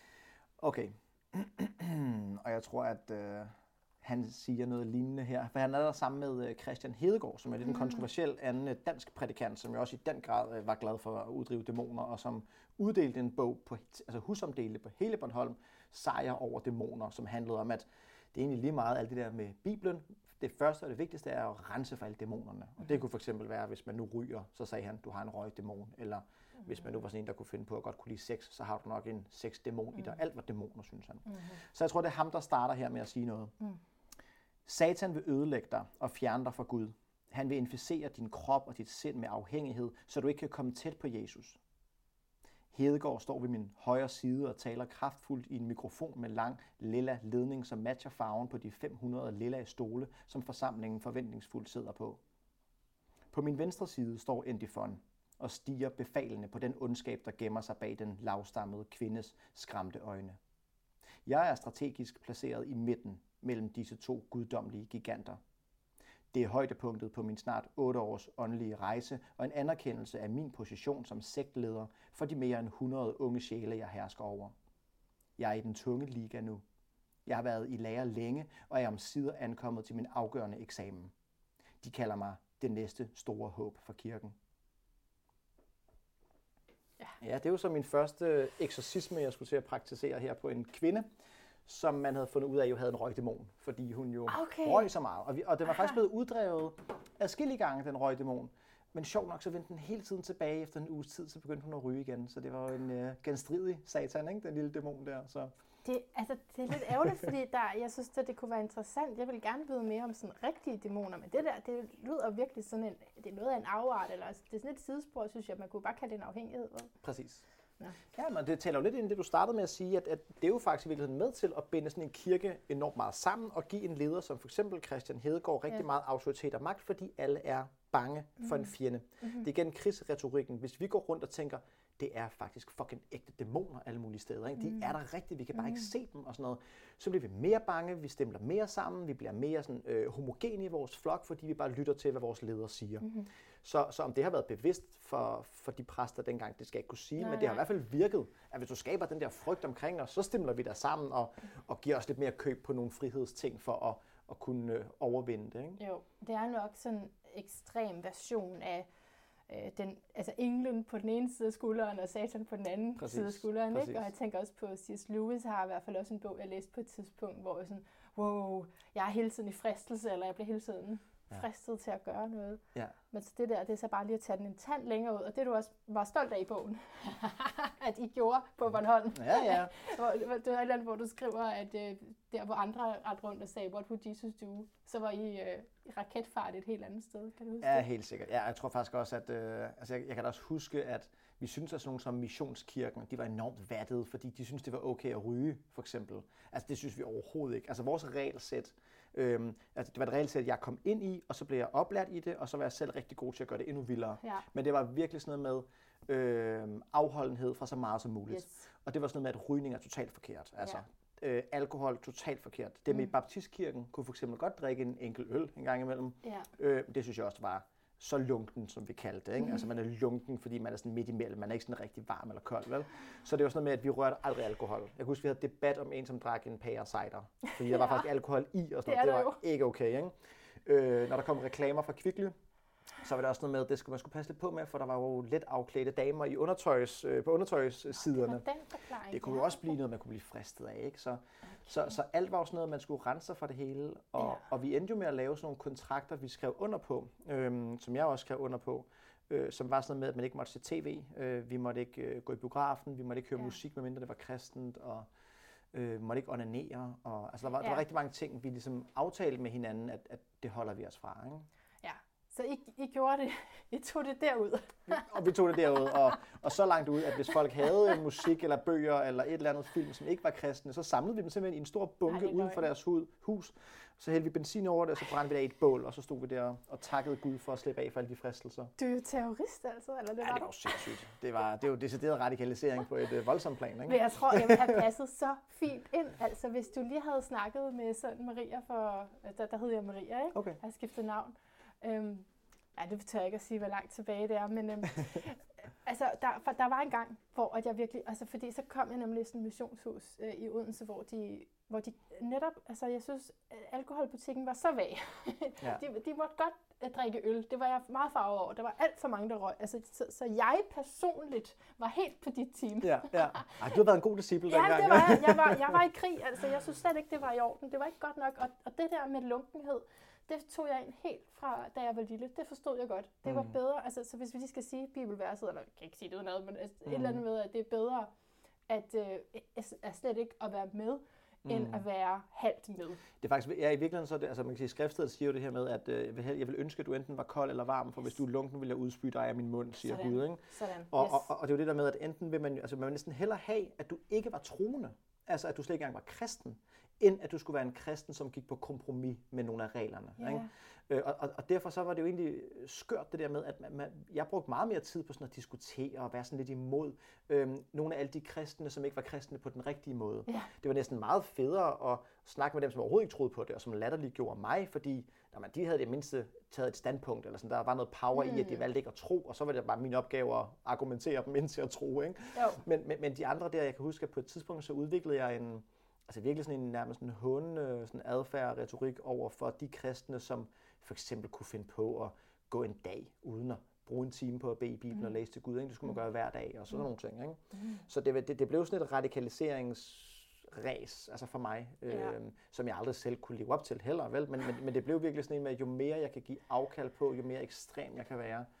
Okay. Og jeg tror, at... Øh, han siger noget lignende her. For han er der sammen med Christian Hedegaard, som er lidt en kontroversiel anden dansk prædikant, som jo også i den grad var glad for at uddrive dæmoner, og som uddelte en bog, på, altså husomdelte på hele Bornholm, Sejr over dæmoner, som handlede om, at det er egentlig lige meget alt det der med Bibelen. Det første og det vigtigste er at rense for alle dæmonerne. Og det kunne for eksempel være, hvis man nu ryger, så sagde han, du har en røgdæmon. Eller hvis man nu var sådan en, der kunne finde på at godt kunne lide sex, så har du nok en sexdæmon i dig. Alt var dæmoner, synes han. Mm-hmm. Så jeg tror, det er ham, der starter her med at sige noget. Mm. Satan vil ødelægge dig og fjerne dig fra Gud. Han vil inficere din krop og dit sind med afhængighed, så du ikke kan komme tæt på Jesus. Hedegaard står ved min højre side og taler kraftfuldt i en mikrofon med lang lilla ledning, som matcher farven på de fem hundrede lilla stole, som forsamlingen forventningsfuldt sidder på. På min venstre side står Endifon og stiger befalende på den ondskab, der gemmer sig bag den lavstammede kvindes skræmte øjne. Jeg er strategisk placeret i midten mellem disse to guddommelige giganter. Det er højdepunktet på min snart otte års åndelige rejse og en anerkendelse af min position som sektleder for de mere end hundrede unge sjæle, jeg hersker over. Jeg er i den tunge liga nu. Jeg har været i lære længe og er omsider ankommet til min afgørende eksamen. De kalder mig det næste store håb for kirken. Ja, ja det er jo så min første eksorcisme, jeg skulle til at praktisere her på en kvinde, som man havde fundet ud af, jo havde en røgdæmon, fordi hun jo okay. røg så meget. Og, vi, og den var faktisk blevet uddrevet adskillige gange, den røgdæmon. men sjovt nok, så vendte den hele tiden tilbage efter en uges tid, så begyndte hun at ryge igen. Så det var jo en øh, genstridig satan, ikke? Den lille dæmon der. Så. Det, altså, det er lidt ærgerligt, fordi der, jeg synes, at det kunne være interessant. Jeg vil gerne vide mere om sådan rigtige dæmoner, men det der, det lyder virkelig sådan en, det er noget af en afart, eller altså, det er sådan et sidespor, synes jeg, man kunne bare kalde det en afhængighed. Vel? Præcis. Ja. Ja, men det taler jo lidt ind i det, du startede med at sige, at, at det er jo faktisk i virkeligheden med til at binde sådan en kirke enormt meget sammen og give en leder som for eksempel Christian Hedegaard rigtig ja. meget autoritet og magt, fordi alle er bange for mm. en fjende. Mm-hmm. Det er igen krigsretorikken. Hvis vi går rundt og tænker, det er faktisk fucking ægte dæmoner alle mulige steder. Ikke? De mm. er der rigtigt, vi kan bare mm. ikke se dem og sådan noget. Så bliver vi mere bange, vi stemmer mere sammen, vi bliver mere sådan, øh, homogene i vores flok, fordi vi bare lytter til, hvad vores ledere siger. Mm. Så, så om det har været bevidst for, for de præster dengang, det skal jeg ikke kunne sige, nej, men det har nej. i hvert fald virket, at hvis du skaber den der frygt omkring os, så stemmer vi der sammen og, og giver os lidt mere køb på nogle frihedsting for at, at kunne øh, overvinde det. Ikke? Jo, det er nok sådan en ekstrem version af øh, den, altså englen på den ene side af skulderen og satan på den anden præcis, side af skulderen. Ikke? Og jeg tænker også på, C S Lewis har i hvert fald også en bog, jeg læste på et tidspunkt, hvor jeg sådan, wow, jeg er hele tiden i fristelse, eller jeg bliver hele tiden ja. fristet til at gøre noget. Ja. Men så det der, det er så bare lige at tage den en tand længere ud, og det du også var stolt af i bogen, at I gjorde på Bornholm. Ja, ja. hvor, det var et eller andet, hvor du skriver, at øh, der hvor andre ret rundt og sagde, what would Jesus do, så var I øh, i raketfart et helt andet sted. Kan du huske ja, det? helt sikkert. Ja, jeg tror faktisk også, at øh, altså jeg, jeg kan da også huske, at vi synes, at sådan nogle som Missionskirken, de var enormt vattede, fordi de synes det var okay at ryge, for eksempel. Altså det synes vi overhovedet ikke. Altså vores regelsæt, Øhm, altså det var et regelsæt, jeg kom ind i, og så blev jeg oplært i det, og så var jeg selv rigtig god til at gøre det endnu vildere. Ja. Men det var virkelig sådan noget med øh, afholdenhed fra så meget som muligt. Yes. Og det var sådan noget med, at rygning er totalt forkert. Altså ja. øh, alkohol totalt forkert. Det med mm. i baptistkirken kunne for eksempel godt drikke en enkelt øl en gang imellem. Ja. Øh, det synes jeg også var så lunken, som vi kaldte det. Ikke? Mm. Altså man er lunken, fordi man er sådan midt imellem. Man er ikke sådan rigtig varm eller kold, vel? Så det var sådan noget med, at vi rørte aldrig alkohol. Jeg kan huske, vi havde debat om en, som drak en pære cider. Fordi der var ja. faktisk alkohol i, og sådan noget. Det, det var ikke okay, ikke? Øh, når der kom reklamer fra Kvickly, så var der også noget med, at det skulle man skulle passe lidt på med, for der var jo let afklædte damer i undertøjs, øh, på undertøjssiderne. Det, det kunne jo også blive noget, man kunne blive fristet af, ikke? Så, okay. så, så alt var jo sådan noget, man skulle rense sig for det hele, og, ja. og vi endte jo med at lave sådan nogle kontrakter, vi skrev under på, øh, som jeg også skrev under på, øh, som var sådan noget med, at man ikke måtte se tv, øh, vi måtte ikke øh, gå i biografen, vi måtte ikke høre ja. musik, medmindre det var kristent, og øh, måtte ikke onanere, og altså der var, ja. der var rigtig mange ting, vi ligesom aftalte med hinanden, at, at det holder vi os fra, ikke? Så I, I gjorde det, I tog det derud. Og vi tog det derud, og, og så langt ud, at hvis folk havde musik eller bøger eller et eller andet film, som ikke var kristne, så samlede vi dem simpelthen i en stor bunke Ej, uden for deres hus. Så hældte vi benzin over det, og så brændte vi der i et bål, og så stod vi der og takkede Gud for at slippe af for alle de fristelser. Du er jo terrorist altså, eller det ja, var det var jo sindssygt. Det var, det var jo decideret radikalisering på et uh, voldsomt plan, ikke? Men jeg tror, jeg ville have passet så fint ind. Altså, hvis du lige havde snakket med sådan Maria for, der, der hed jeg Maria, ikke? Okay. Jeg har skiftet navn. Øhm, Ja, det tør jeg ikke at sige, hvor langt tilbage det er, men øhm, altså, der, for der var en gang, hvor at jeg virkelig, altså fordi så kom jeg nemlig i sådan et missionshus øh, i Odense, hvor de, hvor de netop, altså jeg synes, alkoholbutikken var så vag. Ja. de, de måtte godt øh, drikke øl, det var jeg meget farvet over, der var alt for mange, der røg, altså, så, så jeg personligt var helt på dit team. Ja, ja. Ej, du har været en god disciple dengang. Ja, det var jeg. Jeg var, jeg var i krig, altså jeg synes slet ikke, det var i orden, det var ikke godt nok, og, og det der med lunkenhed, det tog jeg ind helt fra, da jeg var lille. Det forstod jeg godt. Det var mm. bedre, altså så hvis vi lige skal sige bibelverset, eller jeg kan ikke sige det uden noget, men altså, mm. et eller andet med, at det er bedre at, øh, at slet ikke at være med, mm. end at være halvt med. Det er faktisk, ja, i virkeligheden så er det, altså man kan sige, skriftstedet siger jo det her med, at øh, jeg vil ønske, at du enten var kold eller varm, for yes. hvis du er lunken, vil jeg udspy dig af min mund, siger Sådan. Gud, ikke? Sådan. Og, yes. og, og, og det er jo det der med, at enten vil man, altså man vil næsten hellere have, at du ikke var troende, altså at du slet ikke engang var kristen, end at du skulle være en kristen, som gik på kompromis med nogle af reglerne. Yeah. Ikke? Øh, og, og, og derfor så var det jo egentlig skørt det der med, at man, man, jeg brugte meget mere tid på sådan at diskutere og være sådan lidt imod øhm, nogle af alle de kristne, som ikke var kristne på den rigtige måde. Yeah. Det var næsten meget federe at snakke med dem, som overhovedet ikke troede på det, og som latterligt gjorde mig, fordi jamen, de havde det mindste taget et standpunkt, eller sådan, der var noget power mm. i, at de valgte ikke at tro, og så var det bare min opgave at argumentere dem ind til at tro. Ikke? Men, men, men de andre der, jeg kan huske, at på et tidspunkt så udviklede jeg en Altså virkelig sådan en nærmest en hånende sådan adfærd og retorik over for de kristne, som for eksempel kunne finde på at gå en dag uden at bruge en time på at bede i Bibelen mm. og læse til Gud. Ikke? Det skulle man gøre hver dag og sådan mm. nogle ting. Ikke? Mm. Så det, det, det blev sådan et radikaliseringsræs altså for mig, ja. øh, som jeg aldrig selv kunne leve op til heller. Vel? Men, men, men det blev virkelig sådan en med, jo mere jeg kan give afkald på, jo mere ekstrem jeg kan være,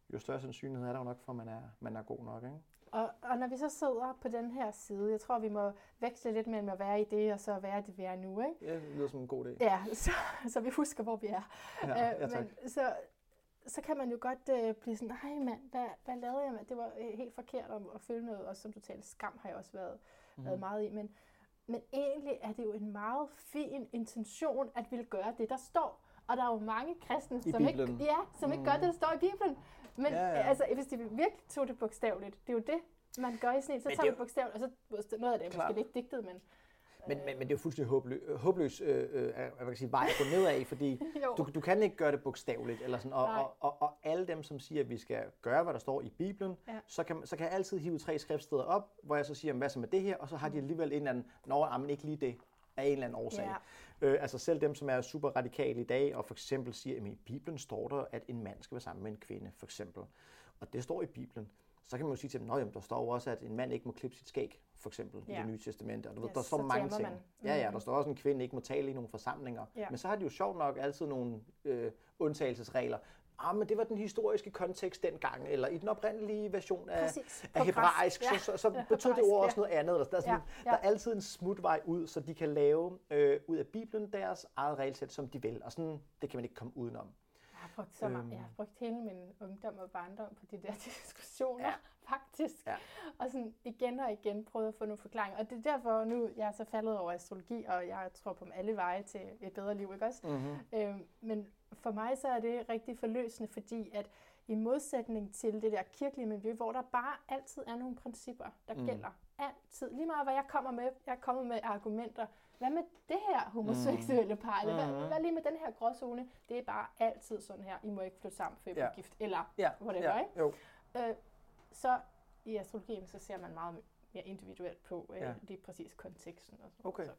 jo større sandsynlighed er der jo nok for, at man er, man er god nok, ikke? Og, og når vi så sidder på den her side, jeg tror, vi må veksle lidt mellem at være i det, og så være det, vi er nu, ikke? Ja, det lyder som en god idé. Ja, så, så vi husker, hvor vi er. Ja, ja, tak. Men så, så kan man jo godt øh, blive sådan, nej mand, hvad, hvad lavede jeg, mand? Det var øh, helt forkert at, at føle noget, og som du talte, skam har jeg også været, mm. været meget i. Men, men egentlig er det jo en meget fin intention, at ville gøre det, der står. Og der er jo mange kristne, I som, Bibelen. ikke, ja, som mm. ikke gør det, der står i Bibelen. Men ja, ja. altså, hvis de virkelig tog det bogstaveligt, det er jo det, man gør i sådan en, så men tager vi bogstaveligt, og så noget af det er måske lidt digtet, men... Men, men, men det er jo fuldstændig håbløs, håbløs øh, øh, jeg kan sige, vej at gå nedad, fordi du, du kan ikke gøre det bogstaveligt. Eller sådan, og, og, og, og alle dem, som siger, at vi skal gøre, hvad der står i Bibelen, ja. så, kan, så kan jeg altid hive tre skriftsteder op, hvor jeg så siger, hvad så med det her, og så har de alligevel en eller anden, nå, men ikke lige det, af en eller anden årsag. Ja. Øh, altså selv dem, som er super radikale i dag, og for eksempel siger, at i Bibelen står der, at en mand skal være sammen med en kvinde, for eksempel. Og det står i Bibelen. Så kan man jo sige til dem, at der står jo også, at en mand ikke må klippe sit skæg, for eksempel, ja. i Det Nye Testamente. Og du ved, yes, der står mange ting. Mm. Ja, ja, der står også, at en kvinde ikke må tale i nogle forsamlinger. Ja. Men så har de jo sjovt nok altid nogle øh, undtagelsesregler. Ah, men det var den historiske kontekst dengang, eller i den oprindelige version af, af hebraisk, ja. så, så, så betød det ord også noget andet. Der, der, er sådan, ja. Ja. der er altid en smutvej ud, så de kan lave øh, ud af Bibelen deres eget regelsæt, som de vil. Og sådan, det kan man ikke komme udenom. Jeg har brugt så meget. Øhm. Jeg har brugt hele min ungdom og barndom på de der diskussioner, ja. faktisk. Ja. Og sådan igen og igen prøvet at få nogle forklaringer. Og det er derfor nu, jeg er så faldet over astrologi, og jeg tror på alle veje til et bedre liv, ikke også? Mm-hmm. Øhm, men for mig så er det rigtig forløsende, fordi at i modsætning til det der kirkelige miljø, hvor der bare altid er nogle principper, der mm. gælder. Altid. Lige meget hvad jeg kommer med, jeg kommer med argumenter. Hvad med det her homoseksuelle par? Eller hvad, hvad lige med den her gråzone? Det er bare altid sådan her. I må ikke flytte sammen, for I er gift. Eller ja. whatever, ja. ikke? Jo. Øh, så i astrologien, så ser man meget mere individuelt på øh, ja. lige præcis konteksten. Og sådan. Okay. Så.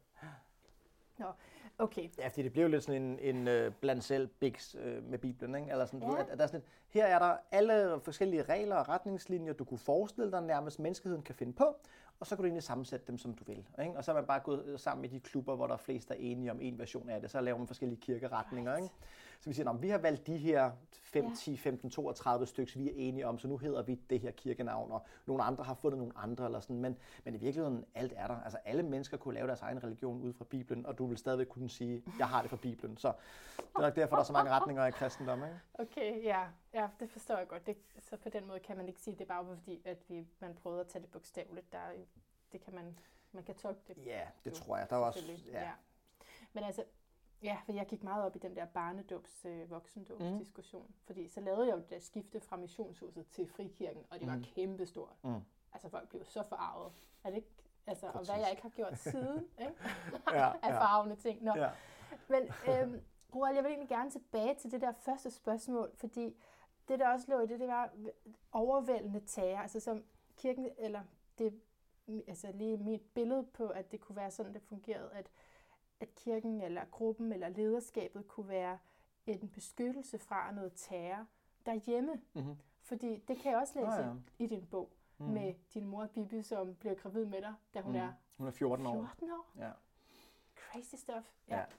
Nå, okay. Ja, fordi det bliver jo lidt sådan en, en uh, blandt selv biks uh, med Bibelen, ikke? Eller sådan, ja. du ved, at, at der er sådan et, her er der alle forskellige regler og retningslinjer, du kunne forestille dig nærmest menneskeheden kan finde på, og så kan du egentlig sammensætte dem, som du vil. Ikke? Og så er man bare gået sammen i de klubber, hvor der er flest, der er enige om en version af det. Så laver man forskellige kirkeretninger. Right. Ikke? Så vi siger, vi har valgt de her fem, ja. ti, femten, toogtredive stykker, vi er enige om, så nu hedder vi det her kirkenavn, og nogle andre har fundet nogle andre. Eller sådan. Men, men i virkeligheden, alt er der. Altså alle mennesker kunne lave deres egen religion ud fra Bibelen, og du vil stadigvæk kunne sige, jeg har det fra Bibelen. Så det er nok derfor, der er så mange retninger i kristendom. Ikke? Okay, ja. ja, det forstår jeg godt. Det, så på den måde kan man ikke sige, det er bare fordi, at vi, man prøvede at tage det bogstaveligt. Der, det kan man, man kan tolke det. Ja, det tror jeg. Der var også, ja. ja. Men altså, ja, for jeg gik meget op i den der barnedåbs, øh, voksendåbsdiskussion. Mm. Fordi så lavede jeg jo det skifte fra missionshuset til frikirken, og det var mm. kæmpestort. Mm. Altså folk blev så forarvet. Er det ikke, altså, og hvad jeg ikke har gjort siden, ikke? ja, af farvende ting. Nå. Ja. Men øhm, Roald, jeg vil egentlig gerne tilbage til det der første spørgsmål, fordi det der også lå i det, det var overvældende tager. Altså som kirken, eller det, altså lige mit billede på, at det kunne være sådan, det fungerede, at at kirken eller gruppen eller lederskabet kunne være en beskyttelse fra noget terror derhjemme. Mm-hmm. Fordi det kan jeg også læse oh, ja. i din bog mm. med din mor Bibi, som bliver gravid med dig, da hun mm. er hun er fjorten år. fjorten år? Ja. Crazy stuff. Ja. ja.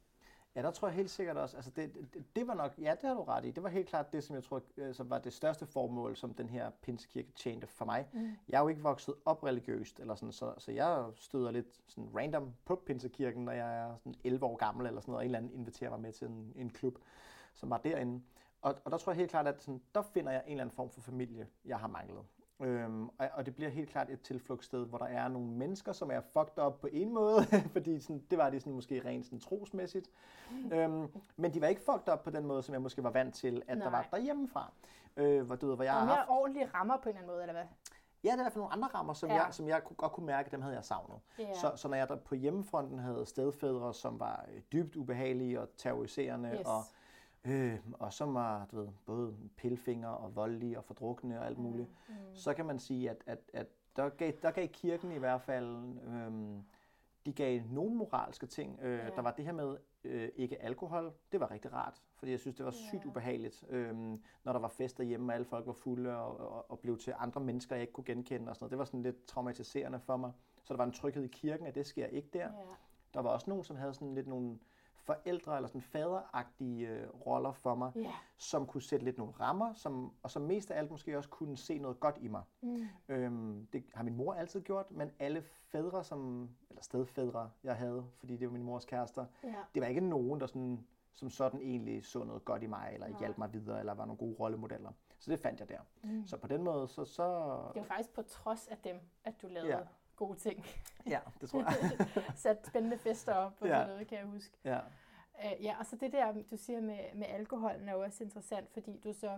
Ja, der tror jeg helt sikkert også, altså det, det, det var nok, ja, det har du ret i, det var helt klart det, som jeg tror, som var det største formål, som den her pinsekirke tjente for mig. Mm. Jeg er jo ikke vokset op religiøst, eller sådan, så, så jeg støder lidt sådan random på pinsekirken, når jeg er sådan elleve år gammel, eller sådan noget, og en eller anden inviterer mig med til en, en klub, som var derinde. Og, og der tror jeg helt klart, at sådan, der finder jeg en eller anden form for familie, jeg har manglet. Øhm, og, og det bliver helt klart et tilflugtssted, hvor der er nogle mennesker, som er fucked up på en måde, fordi sådan, det var de sådan, måske rent sådan, trosmæssigt. Mm. Øhm, men de var ikke fucked up på den måde, som jeg måske var vant til, at Nej. der var derhjemmefra. Øh, hvor, du ved, hvor jeg og har mere haft... ordentlige rammer på en eller anden måde, eller hvad? Ja, det er i hvert fald nogle andre rammer, som, ja. jeg, som jeg godt kunne mærke, dem havde jeg savnet. Yeah. Så, så når jeg der på hjemmefronten havde stedfædre, som var dybt ubehagelige og terroriserende, yes. og Øh, og som var, du ved, både pilfingre og voldelige og fordrukne og alt muligt, mm. Mm. så kan man sige, at, at, at der, gav, der gav kirken i hvert fald, øhm, de gav nogle moralske ting. Øh, yeah. Der var det her med øh, ikke alkohol, det var rigtig rart, fordi jeg synes, det var sygt yeah. ubehageligt, øh, når der var fester hjemme, og alle folk var fulde og, og, og blev til andre mennesker, jeg ikke kunne genkende og sådan noget. Det var sådan lidt traumatiserende for mig. Så der var en tryghed i kirken, at det sker ikke der. Yeah. Der var også nogen, som havde sådan lidt nogle forældre eller sådan faderagtige øh, roller for mig, yeah. som kunne sætte lidt nogle rammer, som, og som mest af alt måske også kunne se noget godt i mig. Mm. Øhm, det har min mor altid gjort, men alle fædre, som, eller stedfædre, jeg havde, fordi det var min mors kærester, yeah. det var ikke nogen, der sådan, som sådan egentlig så noget godt i mig, eller hjalp mig videre, eller var nogle gode rollemodeller. Så det fandt jeg der. Mm. Så på den måde, så... så det var faktisk på trods af dem, at du lavede ja. gode ting. Ja, det tror jeg. Sat spændende fester op og ja. sådan noget, kan jeg huske. Ja. Uh, ja, og så det der, du siger med, med alkoholen, er jo også interessant, fordi du så,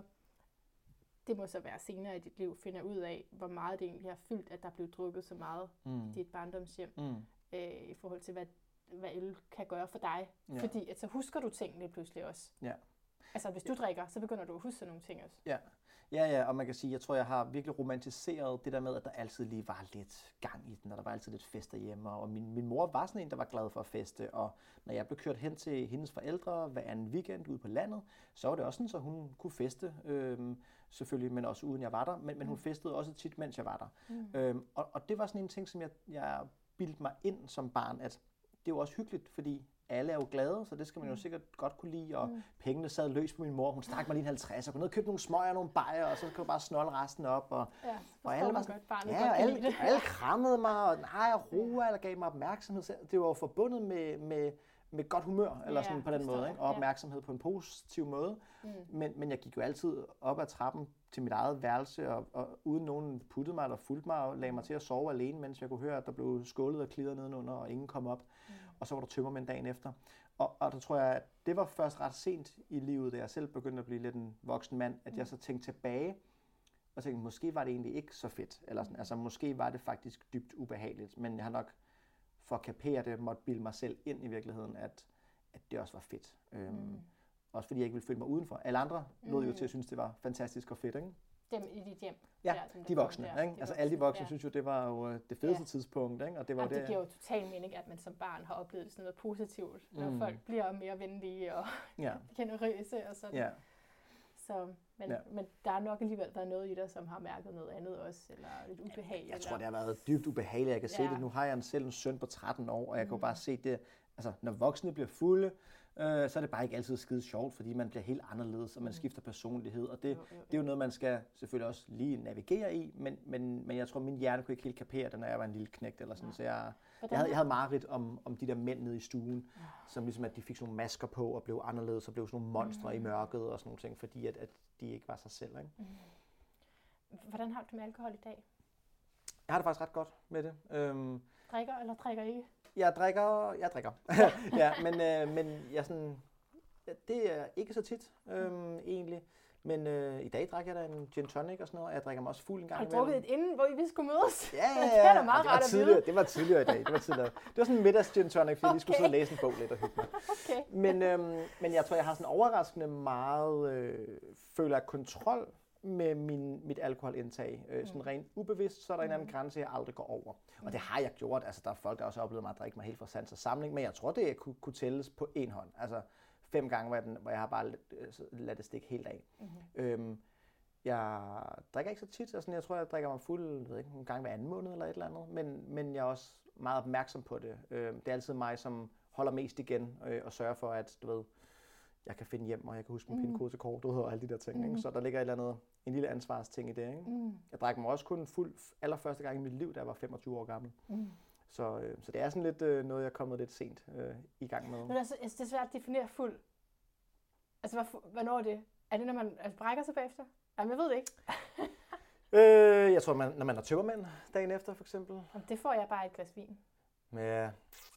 det må så være senere i dit liv, finder ud af, hvor meget det egentlig har fyldt, at der blev drukket så meget mm. i dit barndomshjem, mm. uh, i forhold til, hvad, hvad øl kan gøre for dig. Ja. Fordi at så husker du tingene pludselig også. Ja. Altså, hvis du drikker, så begynder du at huske sådan nogle ting også. Ja. Ja, ja, og man kan sige, jeg tror, jeg har virkelig romantiseret det der med, at der altid lige var lidt gang i den, og der var altid lidt fester hjemme, og min, min mor var sådan en, der var glad for at feste, og når jeg blev kørt hen til hendes forældre hver anden weekend ude på landet, så var det også sådan, så hun kunne feste, øhm, selvfølgelig, men også uden jeg var der, men, men hun festede også tit, mens jeg var der. Mm. Øhm, og, og det var sådan en ting, som jeg, jeg bildte mig ind som barn, at det var også hyggeligt, fordi alle er jo glade, så det skal man jo sikkert godt kunne lide, og mm. pengene sad løs på min mor, hun stak mig lige en halvtreds, og gå ned og købte nogle smøger og nogle bajer, og så kunne jeg bare snolde resten op, og, ja, og alle var sådan, godt, ja, og alle, alle krammede mig, og nej, og roa, eller gav mig opmærksomhed, så det var jo forbundet med, med, med godt humør, eller sådan ja, på den måde, ikke? Og opmærksomhed ja. på en positiv måde, mm. men, men jeg gik jo altid op ad trappen til mit eget værelse, og, og uden nogen puttede mig eller fulgte mig, og lagde mig til at sove alene, mens jeg kunne høre, at der blev skålet og klidret nedenunder, og ingen kom op. Mm. Og så var der tømmermænd dagen efter. Og, og der tror jeg, at det var først ret sent i livet, da jeg selv begyndte at blive lidt en voksen mand, at mm. jeg så tænkte tilbage, og tænkte, måske var det egentlig ikke så fedt. Eller sådan, altså måske var det faktisk dybt ubehageligt, men jeg har nok for at kapere det, måtte bilde mig selv ind i virkeligheden, at, at det også var fedt. Mm. Øhm, også fordi jeg ikke ville føle mig udenfor. Alle andre lod mm. jo til at synes, det var fantastisk og fedt, ikke? Dem i dit hjem? Ja, der, de voksne. Der, ikke? De altså voksne, alle de voksne ja. synes jo, det var jo det fedeste ja. tidspunkt. Ikke? Og det, var Jamen, det, det giver jo total mening, at man som barn har oplevet sådan noget positivt, når mm. folk bliver mere venlige og ja. generøse og sådan. Ja. Så, men, ja. men der er nok alligevel været noget i dig, som har mærket noget andet også, eller lidt ubehageligt. Jeg tror, det har været dybt ubehageligt. Jeg kan ja. se det. Nu har jeg selv en søn på tretten år, og jeg mm. kan jo bare se det. Altså, når voksne bliver fulde, øh, så er det bare ikke altid skide sjovt, fordi man bliver helt anderledes, og man mm. skifter personlighed. Og det, jo, jo, jo. det er jo noget, man skal selvfølgelig også lige navigere i, men, men, men jeg tror, min hjerne kunne ikke helt kapere det, når jeg var en lille knægt eller sådan. Ja. Så jeg, jeg, havde, jeg havde mareridt om, om de der mænd nede i stuen, ja. som ligesom, at de fik sådan nogle masker på og blev anderledes, og blev sådan nogle monstre mm. i mørket og sådan nogle ting, fordi at, at de ikke var sig selv. Ikke? Mm. Hvordan har du det med alkohol i dag? Jeg har det faktisk ret godt med det. Øhm, drikker eller drikker ikke? Jeg drikker, jeg drikker. ja, men, øh, men jeg sådan, ja, det er ikke så tit øhm, egentlig. Men øh, i dag drikker jeg da en gin tonic og sådan noget, og jeg drikker mig også fuld en gang imellem. Har du drukket et inden, hvor vi skulle mødes? Ja, ja, ja. det er da meget det rart var at tidligere, det var tidligere i dag. Det var tidligere. Det var sådan en middags gin tonic, fordi okay. jeg lige skulle sidde og læse en bog lidt og hygge mig. Okay. Men, øhm, men jeg tror, jeg har sådan overraskende meget, øh, føler jeg kontrol med min, mit alkoholindtag. Øh, sådan rent ubevidst, så er der en anden grænse, jeg aldrig går over. Og det har jeg gjort. Altså, der er folk, der også har oplevet mig at drikke mig helt fra sans og samling, men jeg tror, det kunne, kunne tælles på en hånd. Altså fem gange, hvor jeg, den, hvor jeg har bare ladet det stikke helt af. Mm-hmm. Øhm, jeg drikker ikke så tit. Altså, jeg tror, jeg drikker mig fuld jeg ved ikke, en gang hver anden måned eller et eller andet, men, men jeg er også meget opmærksom på det. Øh, det er altid mig, som holder mest igen øh, og sørger for, at du ved, jeg kan finde hjem, og jeg kan huske min mm. pindkode til kortet og alle de der ting. Mm. Ikke? Så der ligger et eller andet, en lille ansvarsting i det. Ikke? Mm. Jeg drak mig også kun fuld allerførste gang i mit liv, da jeg var femogtyve år gammel. Mm. Så, øh, så det er sådan lidt øh, noget, jeg er kommet lidt sent øh, i gang med. Men altså, det er svært at definere fuld. Altså, hvad, hvornår er det? Er det, når man altså, brækker sig bagefter? Jamen, jeg ved det ikke. øh, jeg tror, man, når man har tømmermænd dagen efter, for eksempel. Jamen, det får jeg bare et glas vin. Ja.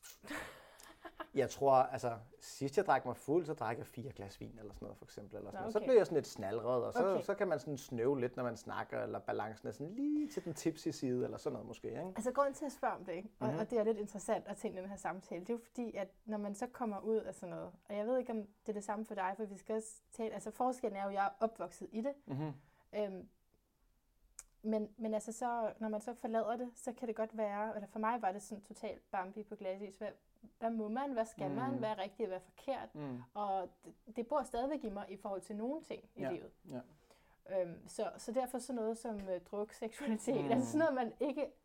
Jeg tror, altså, sidst jeg drak mig fuld, så drak jeg fire glas vin eller sådan noget, for eksempel. Eller sådan Nå, okay. Så blev jeg sådan lidt snalret, og så, okay. så kan man sådan snøve lidt, når man snakker, eller balancen er sådan lige til den tipsy side, eller sådan noget måske, ikke? Altså, grunden til at spørge om det, ikke? Og, mm-hmm. og det er lidt interessant at tænke den her samtale, det er jo fordi, at når man så kommer ud af sådan noget, og jeg ved ikke, om det er det samme for dig, for vi skal også tale, altså forskellen er jo, at jeg er opvokset i det, mm-hmm. øhm, men, men altså så, når man så forlader det, så kan det godt være, eller for mig var det sådan totalt Bambi på glasis, hvad, hvad må man, hvad skal mm. man, hvad er rigtigt og hvad er forkert, mm. og det, det bor stadigvæk i mig i forhold til nogle ting i ja. livet. Ja. Øhm, så, så derfor sådan noget som øh, druk, seksualitet, mm. altså sådan noget, man ikke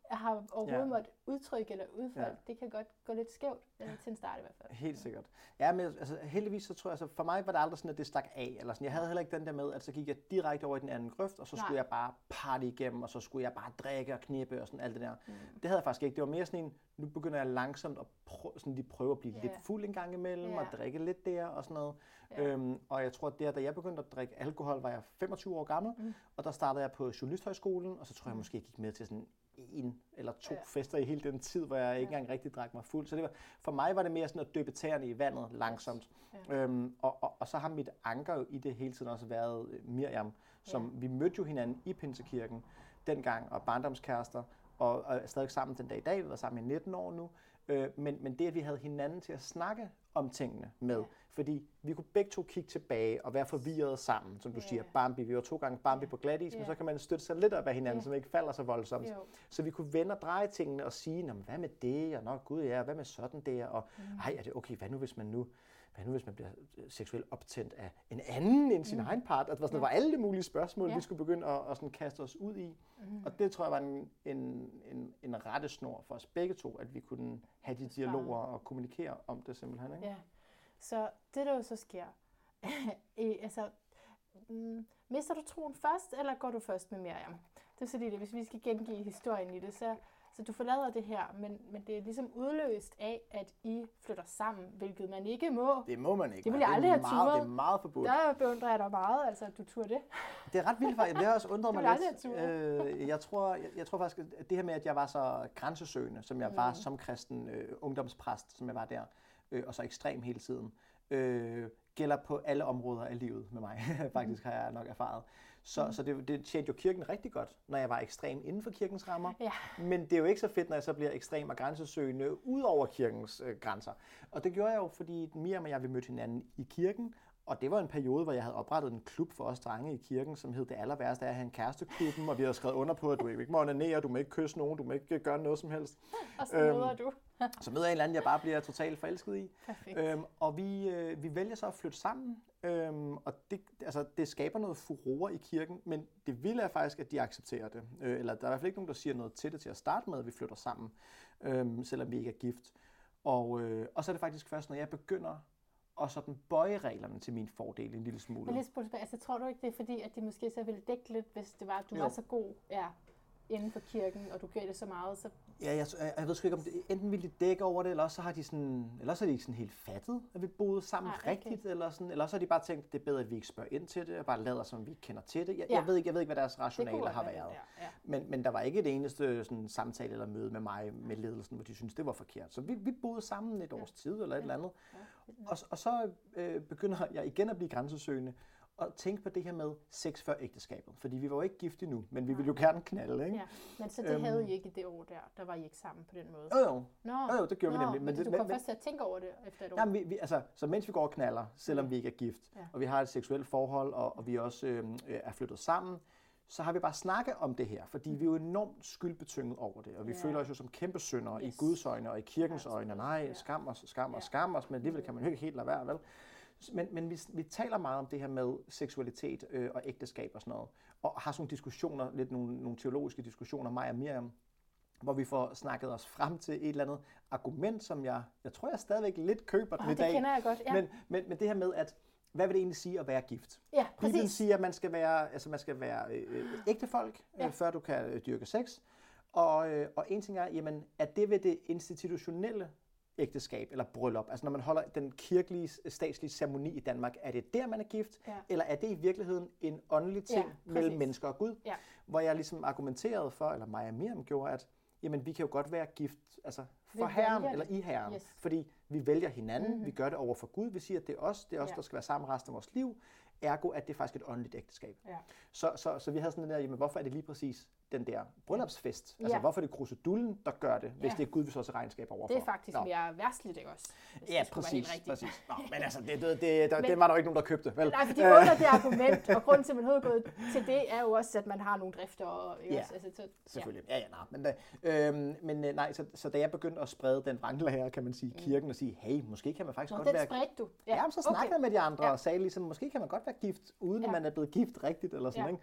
har overhovedet ja. måttet udtrykke eller udfolde, ja. det kan godt gå lidt skævt, eller til en start i hvert fald. Helt sikkert. Ja, men altså, heldigvis så tror jeg, altså, for mig var det aldrig sådan, at det stak af. Eller sådan. Jeg havde heller ikke den der med, at så gik jeg direkte over i den anden grøft, og så Nej. skulle jeg bare party igennem, og så skulle jeg bare drikke og knippe og sådan alt det der. Mm. Det havde jeg faktisk ikke. Det var mere sådan en, nu begynder jeg langsomt at prøve, sådan lige prøve at blive yeah. lidt fuld en gang imellem, yeah. og drikke lidt der og sådan noget. Yeah. Øhm, og jeg tror, at der, da jeg begyndte at drikke alkohol, var jeg femogtyve år gammel, mm. og der startede jeg på Journalisthøjskolen, og så tror jeg måske, jeg gik med til sådan en eller to ja. fester i hele den tid, hvor jeg ikke ja. engang rigtig drak mig fuld. Så det var, for mig var det mere sådan at døbe tæerne i vandet langsomt. Ja. Øhm, og, og, og så har mit anker jo i det hele tiden også været Miriam, som ja. vi mødte jo hinanden i Pinsekirken dengang, og barndomskærester, og, og er stadig sammen den dag i dag. Vi har været sammen i nitten år nu. Øh, men, men det, at vi havde hinanden til at snakke om tingene med, ja. fordi vi kunne begge to kigge tilbage og være forvirrede sammen, som du yeah. siger, Bambi, vi var to gange Bambi yeah. på glatis, yeah. men så kan man støtte sig lidt op af hinanden, yeah. så man ikke falder så voldsomt. Jo. Så vi kunne vende og dreje tingene og sige, hvad med det, og nå gud ja, hvad med sådan der, og mm. ej, er det okay, hvad nu hvis man nu, hvad nu hvis man bliver seksuelt optændt af en anden end sin mm. egen part? At der sådan, yeah. var alle mulige spørgsmål, yeah. vi skulle begynde at, at sådan kaste os ud i. Mm. Og det tror jeg var en, en, en, en rettesnor for os begge to, at vi kunne have de dialoger og kommunikere om det simpelthen. Ikke? Yeah. Så det, der jo så sker, altså, mm, mister du troen først, eller går du først med Miriam? Det er fordi, det, hvis vi skal gengive historien i det, så, så du forlader det her, men, men det er ligesom udløst af, at I flytter sammen, hvilket man ikke må. Det må man ikke. Det vil jeg aldrig have turet. Det er meget forbudt. Der beundrer jeg dig meget, altså at du turde det. Det er ret vildt faktisk. Det har også undret mig lidt. Øh, jeg, tror, jeg, jeg tror faktisk, at det her med, at jeg var så grænsesøgende, som jeg mm. var som kristen øh, ungdomspræst, som jeg var der, øh, og så ekstrem hele tiden, øh, gælder på alle områder af livet med mig. Faktisk har jeg nok erfaret. Så, mm. så det, det tjente jo kirken rigtig godt, når jeg var ekstrem inden for kirkens rammer. Ja. Men det er jo ikke så fedt, når jeg så bliver ekstrem og grænsesøgende ud over kirkens øh, grænser. Og det gjorde jeg jo, fordi Miriam og jeg, vi mødte hinanden i kirken. Og det var en periode, hvor jeg havde oprettet en klub for os drenge i kirken, som hed Det Allerværste af at have en kæresteklubben, og vi havde skrevet under på, at du ikke må onanere, du må ikke kysse nogen, du må ikke gøre noget som helst. Og så møder øhm, du. Så møder jeg en eller anden, jeg bare bliver totalt forelsket i. Øhm, og vi, øh, vi vælger så at flytte sammen, øhm, og det, altså, det skaber noget furore i kirken, men det vilde er faktisk, at de accepterer det. Øh, eller der er i hvert fald ikke nogen, der siger noget til det til at starte med, at vi flytter sammen, øhm, selvom vi ikke er gift. Og, øh, og så er det faktisk først, når jeg begynder og sådan bøje reglerne til min fordel en lille smule. Men lidt spørgsmål, altså tror du ikke, det er fordi, at de måske så ville dække lidt, hvis det var, at du jo. var så god ja, inden for kirken, og du gjorde det så meget? Så... Ja, jeg, jeg, jeg ved sgu ikke, om det, enten ville de dække over det, eller også så har de sådan, eller også er de ikke sådan helt fattet, at vi boede sammen ah, okay. rigtigt, eller sådan, eller også har de bare tænkt, det er bedre, at vi ikke spørger ind til det, og bare lader, som vi ikke kender til det. Jeg, ja. jeg, ved, ikke, jeg ved ikke, hvad deres rationaler har været. Ja. Ja. Men, men der var ikke det eneste sådan, samtale eller møde med mig, med ledelsen, hvor de syntes, det var forkert. Så vi, vi boede sammen et års tid, eller et ja. eller andet. Ja. Og, og så øh, begynder jeg igen at blive grænsesøgende, og tænke på det her med sex før ægteskabet. Fordi vi var jo ikke gift endnu, men vi ville jo gerne knalde, ikke? Ja, men så det øhm, havde I ikke det år der, der var I ikke sammen på den måde? Jo, jo. Nå, jo, jo det gjorde Nå, vi nemlig. Men, men du kom men, først til at tænke over det efter et år? Jamen, vi, vi, altså, så mens vi går og knaller, selvom ja. vi ikke er gift, ja. og vi har et seksuelt forhold, og, og vi også øh, er flyttet sammen, så har vi bare snakket om det her, fordi mm. vi er jo enormt skyldbetynget over det, og vi ja. føler os jo som kæmpe syndere yes. i Guds øjne og i kirkens øjne. Nej, skam os, skam os, skam os, men alligevel kan man jo ikke helt lade være, vel? Men, men vi, vi taler meget om det her med seksualitet øh, og ægteskab og sådan noget, og har sådan nogle diskussioner, lidt nogle, nogle teologiske diskussioner, mig og Miriam, hvor vi får snakket os frem til et eller andet argument, som jeg, jeg tror, jeg stadigvæk lidt køber den oh, i dag. Det kender jeg godt, ja. Men, men, men det her med, at hvad vil det egentlig sige at være gift? Ja, præcis. Bibelen siger, at man skal være, altså man skal være øh, ægtefolk, ja. øh, før du kan øh, dyrke sex. Og, øh, og en ting er, jamen, at det ved det institutionelle ægteskab eller bryllup, altså når man holder den kirkelige, statslige ceremoni i Danmark, er det der, man er gift, ja. eller er det i virkeligheden en åndelig ting ja, mellem mennesker og Gud? Ja. Hvor jeg ligesom argumenterede for, eller mig og Miriam gjorde, at jamen, vi kan jo godt være gift altså for Herren eller i Herren, yes. fordi vi vælger hinanden, mm-hmm. vi gør det over for Gud, vi siger, at det er os, det er os, ja. der skal være sammen resten af vores liv, ergo at det er faktisk et åndeligt ægteskab. Ja. Så, så, så vi havde sådan den der, jamen hvorfor er det lige præcis den der bryllupsfest? Ja. Altså hvorfor er det krusedullen, der gør det, hvis ja. det er Gud, vi så også regnskab overfor? Det er faktisk Nå. mere værtsligt, ikke også? Ja, præcis. præcis. Nå, men altså, det, det, det, der, men, den var der jo ikke nogen, der købte, vel? Nej, for det under det argument, og grunden til, at man havde gået til det, er jo også, at man har nogle drifter. Og, ja, også, altså, så, selvfølgelig. Ja, ja, nej. Men, øh, men nej, så, så da jeg begyndte at sprede den vranglære, kan man sige, i kirken, og sige, hey, måske kan man faktisk Nå, godt den være... spredte du. Ja, ja så snakkede okay. jeg med de andre, ja. og sagde ligesom, måske kan man godt være gift, uden ja. at man er blevet gift rigtigt, eller sådan, ja. ikke?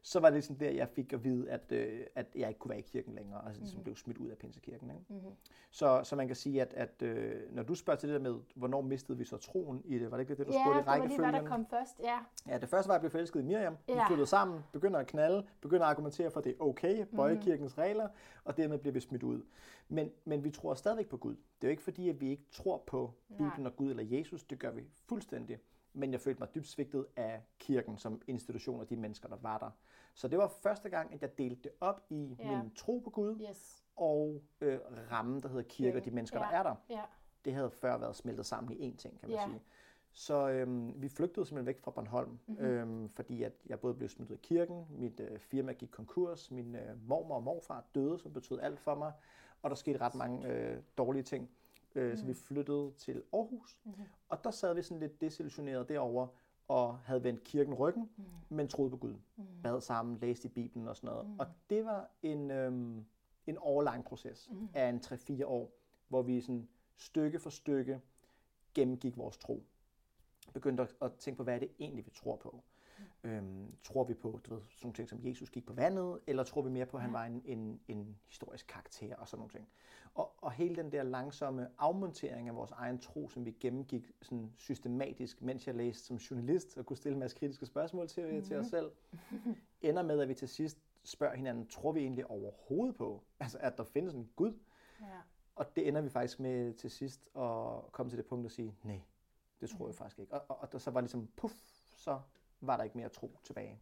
så var det sådan der, jeg fik at vide, at, øh, at jeg ikke kunne være i kirken længere, og altså ligesom Mhm. blev smidt ud af Pinsekirken. Ikke? Mhm. Så, så man kan sige, at, at øh, når du spørger til det der med, hvornår mistede vi så troen i det, var det ikke det, du Ja, spurgte i det var lige, hvad der rækkefølgen? kom først. Ja. Ja, det første var, at jeg blev forelsket i Miriam. Vi Ja. flyttede sammen, begynder at knalde, begynder at argumentere for, at det er okay, bøje kirkens regler, og dermed bliver vi smidt ud. Men, men vi tror stadigvæk på Gud. Det er jo ikke fordi, at vi ikke tror på Bibelen og Gud eller Jesus. Det gør vi fuldstændig. Men jeg følte mig dybt svigtet af kirken som institution og de mennesker, der var der. Så det var første gang, at jeg delte det op i Ja. min tro på Gud Yes. og øh, rammen, der hedder kirke og de mennesker, Ja. der er der. Ja. Det havde før været smeltet sammen i én ting, kan man Ja. sige. Så øhm, vi flygtede simpelthen væk fra Bornholm, Mhm. øhm, fordi at jeg både blev smidt ud af kirken, mit øh, firma gik konkurs, min øh, mormor og morfar døde, som betød alt for mig, og der skete ret mange øh, dårlige ting. Øh, Mhm. Så vi flyttede til Aarhus, Mhm. og der sad vi sådan lidt desillusioneret derovre, og havde vendt kirken ryggen, Mhm. men troede på Gud. Mhm. Bad sammen, læste i Bibelen og sådan noget. Mhm. Og det var en, øhm, en årlang proces Mhm. af en tre fire år, hvor vi sådan stykke for stykke gennemgik vores tro. Begyndte at, at tænke på, hvad er det egentlig, vi tror på. Mm. Øhm, tror vi på, du ved, sådan nogle ting som Jesus gik på vandet, eller tror vi mere på, at han Ja. var en, en, en historisk karakter og sådan nogle ting. Og, og hele den der langsomme afmontering af vores egen tro, som vi gennemgik sådan systematisk, mens jeg læste som journalist og kunne stille en masse kritiske spørgsmål til, mm-hmm. til os selv, ender med, at vi til sidst spørger hinanden, tror vi egentlig overhovedet på, altså at der findes en Gud? Ja. Og det ender vi faktisk med til sidst at komme til det punkt at sige, nej, det tror Mhm. jeg faktisk ikke. Og, og, og der så var ligesom, puff, så var der ikke mere tro tilbage.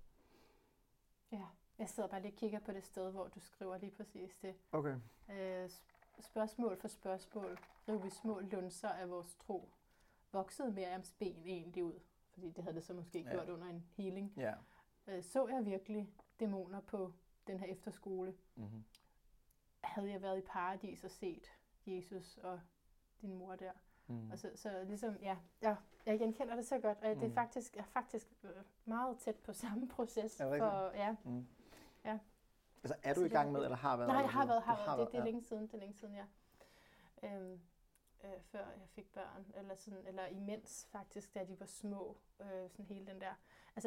Ja. Jeg sidder bare lige og kigger på det sted, hvor du skriver lige præcis det. Okay. Øh, sp- spørgsmål for spørgsmål rev vi små lunser af vores tro. Voksede Miriams ben egentlig ud? Fordi det havde det så måske Ja. gjort under en healing. Ja. Øh, så jeg virkelig dæmoner på den her efterskole? Mm-hmm. Havde jeg været i paradis og set Jesus og din mor der? Mm. Og så, så ligesom, ja, ja, jeg genkender det så godt, og det er Mm. faktisk, jeg er faktisk øh, meget tæt på samme proces. Er det rigtigt? For, ja. Mm. Ja. Altså er du Så i det er gang med, det. eller har været? Nej, jeg eller har sådan? været, har Du været. Det, det er ja. længe siden, det er længe siden, ja. Øhm, øh, før jeg fik børn, eller, sådan, eller imens faktisk, da de var små, øh, sådan hele den der. Altså,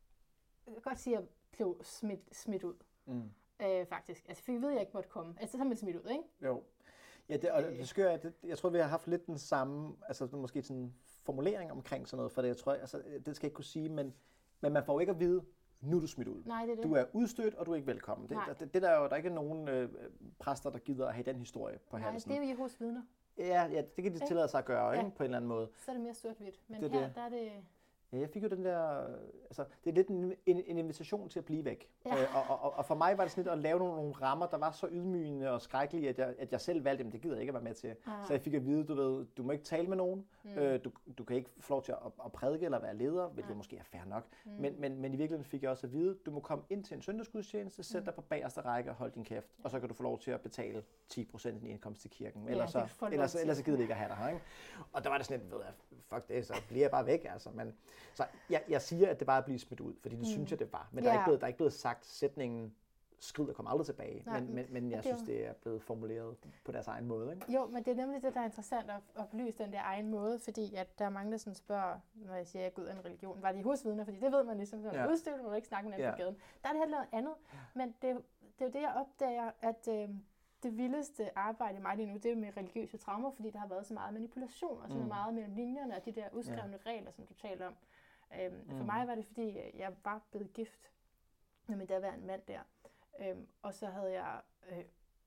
jeg kan godt sige, at jeg blev smidt, smidt ud, Mm. øh, faktisk. Altså, for jeg ved, at jeg ikke måtte komme. Altså, så er man smidt ud, ikke? Jo. Ja, det, og det skør er, det, jeg tror, vi har haft lidt den samme, altså måske sådan en formulering omkring sådan noget, for det, jeg tror, altså, det skal jeg ikke kunne sige, men, men man får jo ikke at vide, nu er du smidt ud. Nej, det er det. Du er udstødt, og du er ikke velkommen. Det, Nej. det, det der er jo, der er ikke nogen øh, præster, der gider at have den historie på Nej, halsen. det er jo Jehovas vidner. Ja, ja, det kan de tillade sig at gøre, Ja. ikke, på en eller anden måde. Så er det mere sort-hvidt. Men Det er her, det. der er det... Ja, jeg fik jo den der, altså det er lidt en, en, en invitation til at blive væk. Ja. Øh, og, og, og for mig var det sådan lidt at lave nogle, nogle rammer, der var så ydmygende og skrækkelige, at jeg, at jeg selv valgte, at det gider jeg ikke at være med til. Ah. Så jeg fik at vide, du ved, du må ikke tale med nogen, Mm. øh, du, du kan ikke få lov til at, at prædike eller være leder, hvilket Nej. måske er fair nok. Mm. Men, men, men i virkeligheden fik jeg også at vide, du må komme ind til en søndagsgudstjeneste, sæt Mm. dig på bagerste række og hold din kæft, og så kan du få lov til at betale ti procent af din indkomst til kirken. Ja, Ellers, det så, får du ellers, lov til. ellers så gider vi ikke at have dig her. Ikke? Og der var det sådan lidt, ved jeg, fuck det, så bliver jeg bare væk. Altså. Men, så jeg, jeg siger, at det bare er at blive smidt ud, fordi det Mm. synes jeg, det var. Men der, er Ja. ikke blevet, der er ikke blevet sagt sætningen, skrid og kom aldrig tilbage. Nej, men, men, men jeg det er synes, det er blevet formuleret på deres egen måde. Ikke? Jo, men det er nemlig det, der er interessant at, at belyse den der egen måde, fordi at der er mange, der sådan spørger, når jeg siger, at Gud er en religion, var det Jehovas vidner? Fordi det ved man ligesom, når man Ja. er udstødt, må du ikke snakke med anden Ja. på gaden. Der er det helt noget andet, men det, det er jo det, jeg opdager, at øh, det vildeste arbejde i mig lige nu, det er med religiøse traumer, fordi der har været så meget manipulation, og så Mm. meget mellem linjerne, og de der udskrevne ja. regler, som du taler om. Øhm, mm. For mig var det, fordi jeg var blevet gift med min daværende mand der, øhm, og så havde jeg øh,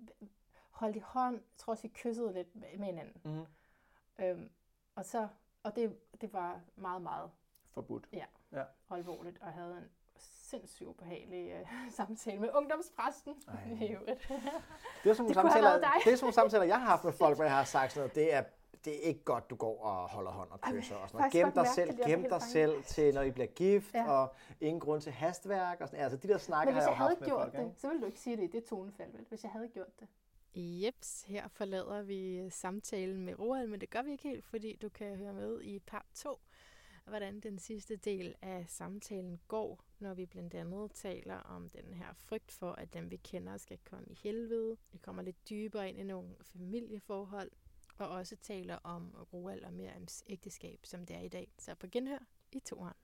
holdt i hånd, jeg tror også, vi kyssede lidt med, med hinanden. Mm. Øhm, og så, og det, det var meget, meget Forbudt. ja, Ja. alvorligt, og jeg havde en sindssygt ubehagelig øh, samtale med ungdomspræsten Ej. i øvrigt. Det er sådan Det nogle kunne have samtaler, været dig. det er sådan nogle samtaler, jeg har haft med folk, hvor jeg har sagt sådan noget, det er det er ikke godt, du går og holder hånd og kysser og sådan noget. faktisk Gem godt dig mærke selv, det, jeg gem blev dig helt selv til, når I bliver gift, Ja. og ingen grund til hastværk og sådan. Altså de der snakker Men har hvis jeg jeg jo havde haft med gjort folk. det, Ikke? så ville du ikke sige det i det tonefald, vel? Hvis jeg havde gjort det. Jeps, her forlader vi samtalen med Roald, men det gør vi ikke helt, fordi du kan høre med i part to, hvordan den sidste del af samtalen går, når vi blandt andet taler om den her frygt for, at dem vi kender skal komme i helvede. Vi kommer lidt dybere ind i nogle familieforhold, og også taler om Roald og Miriams ægteskab, som det er i dag. Så på genhør i toeren.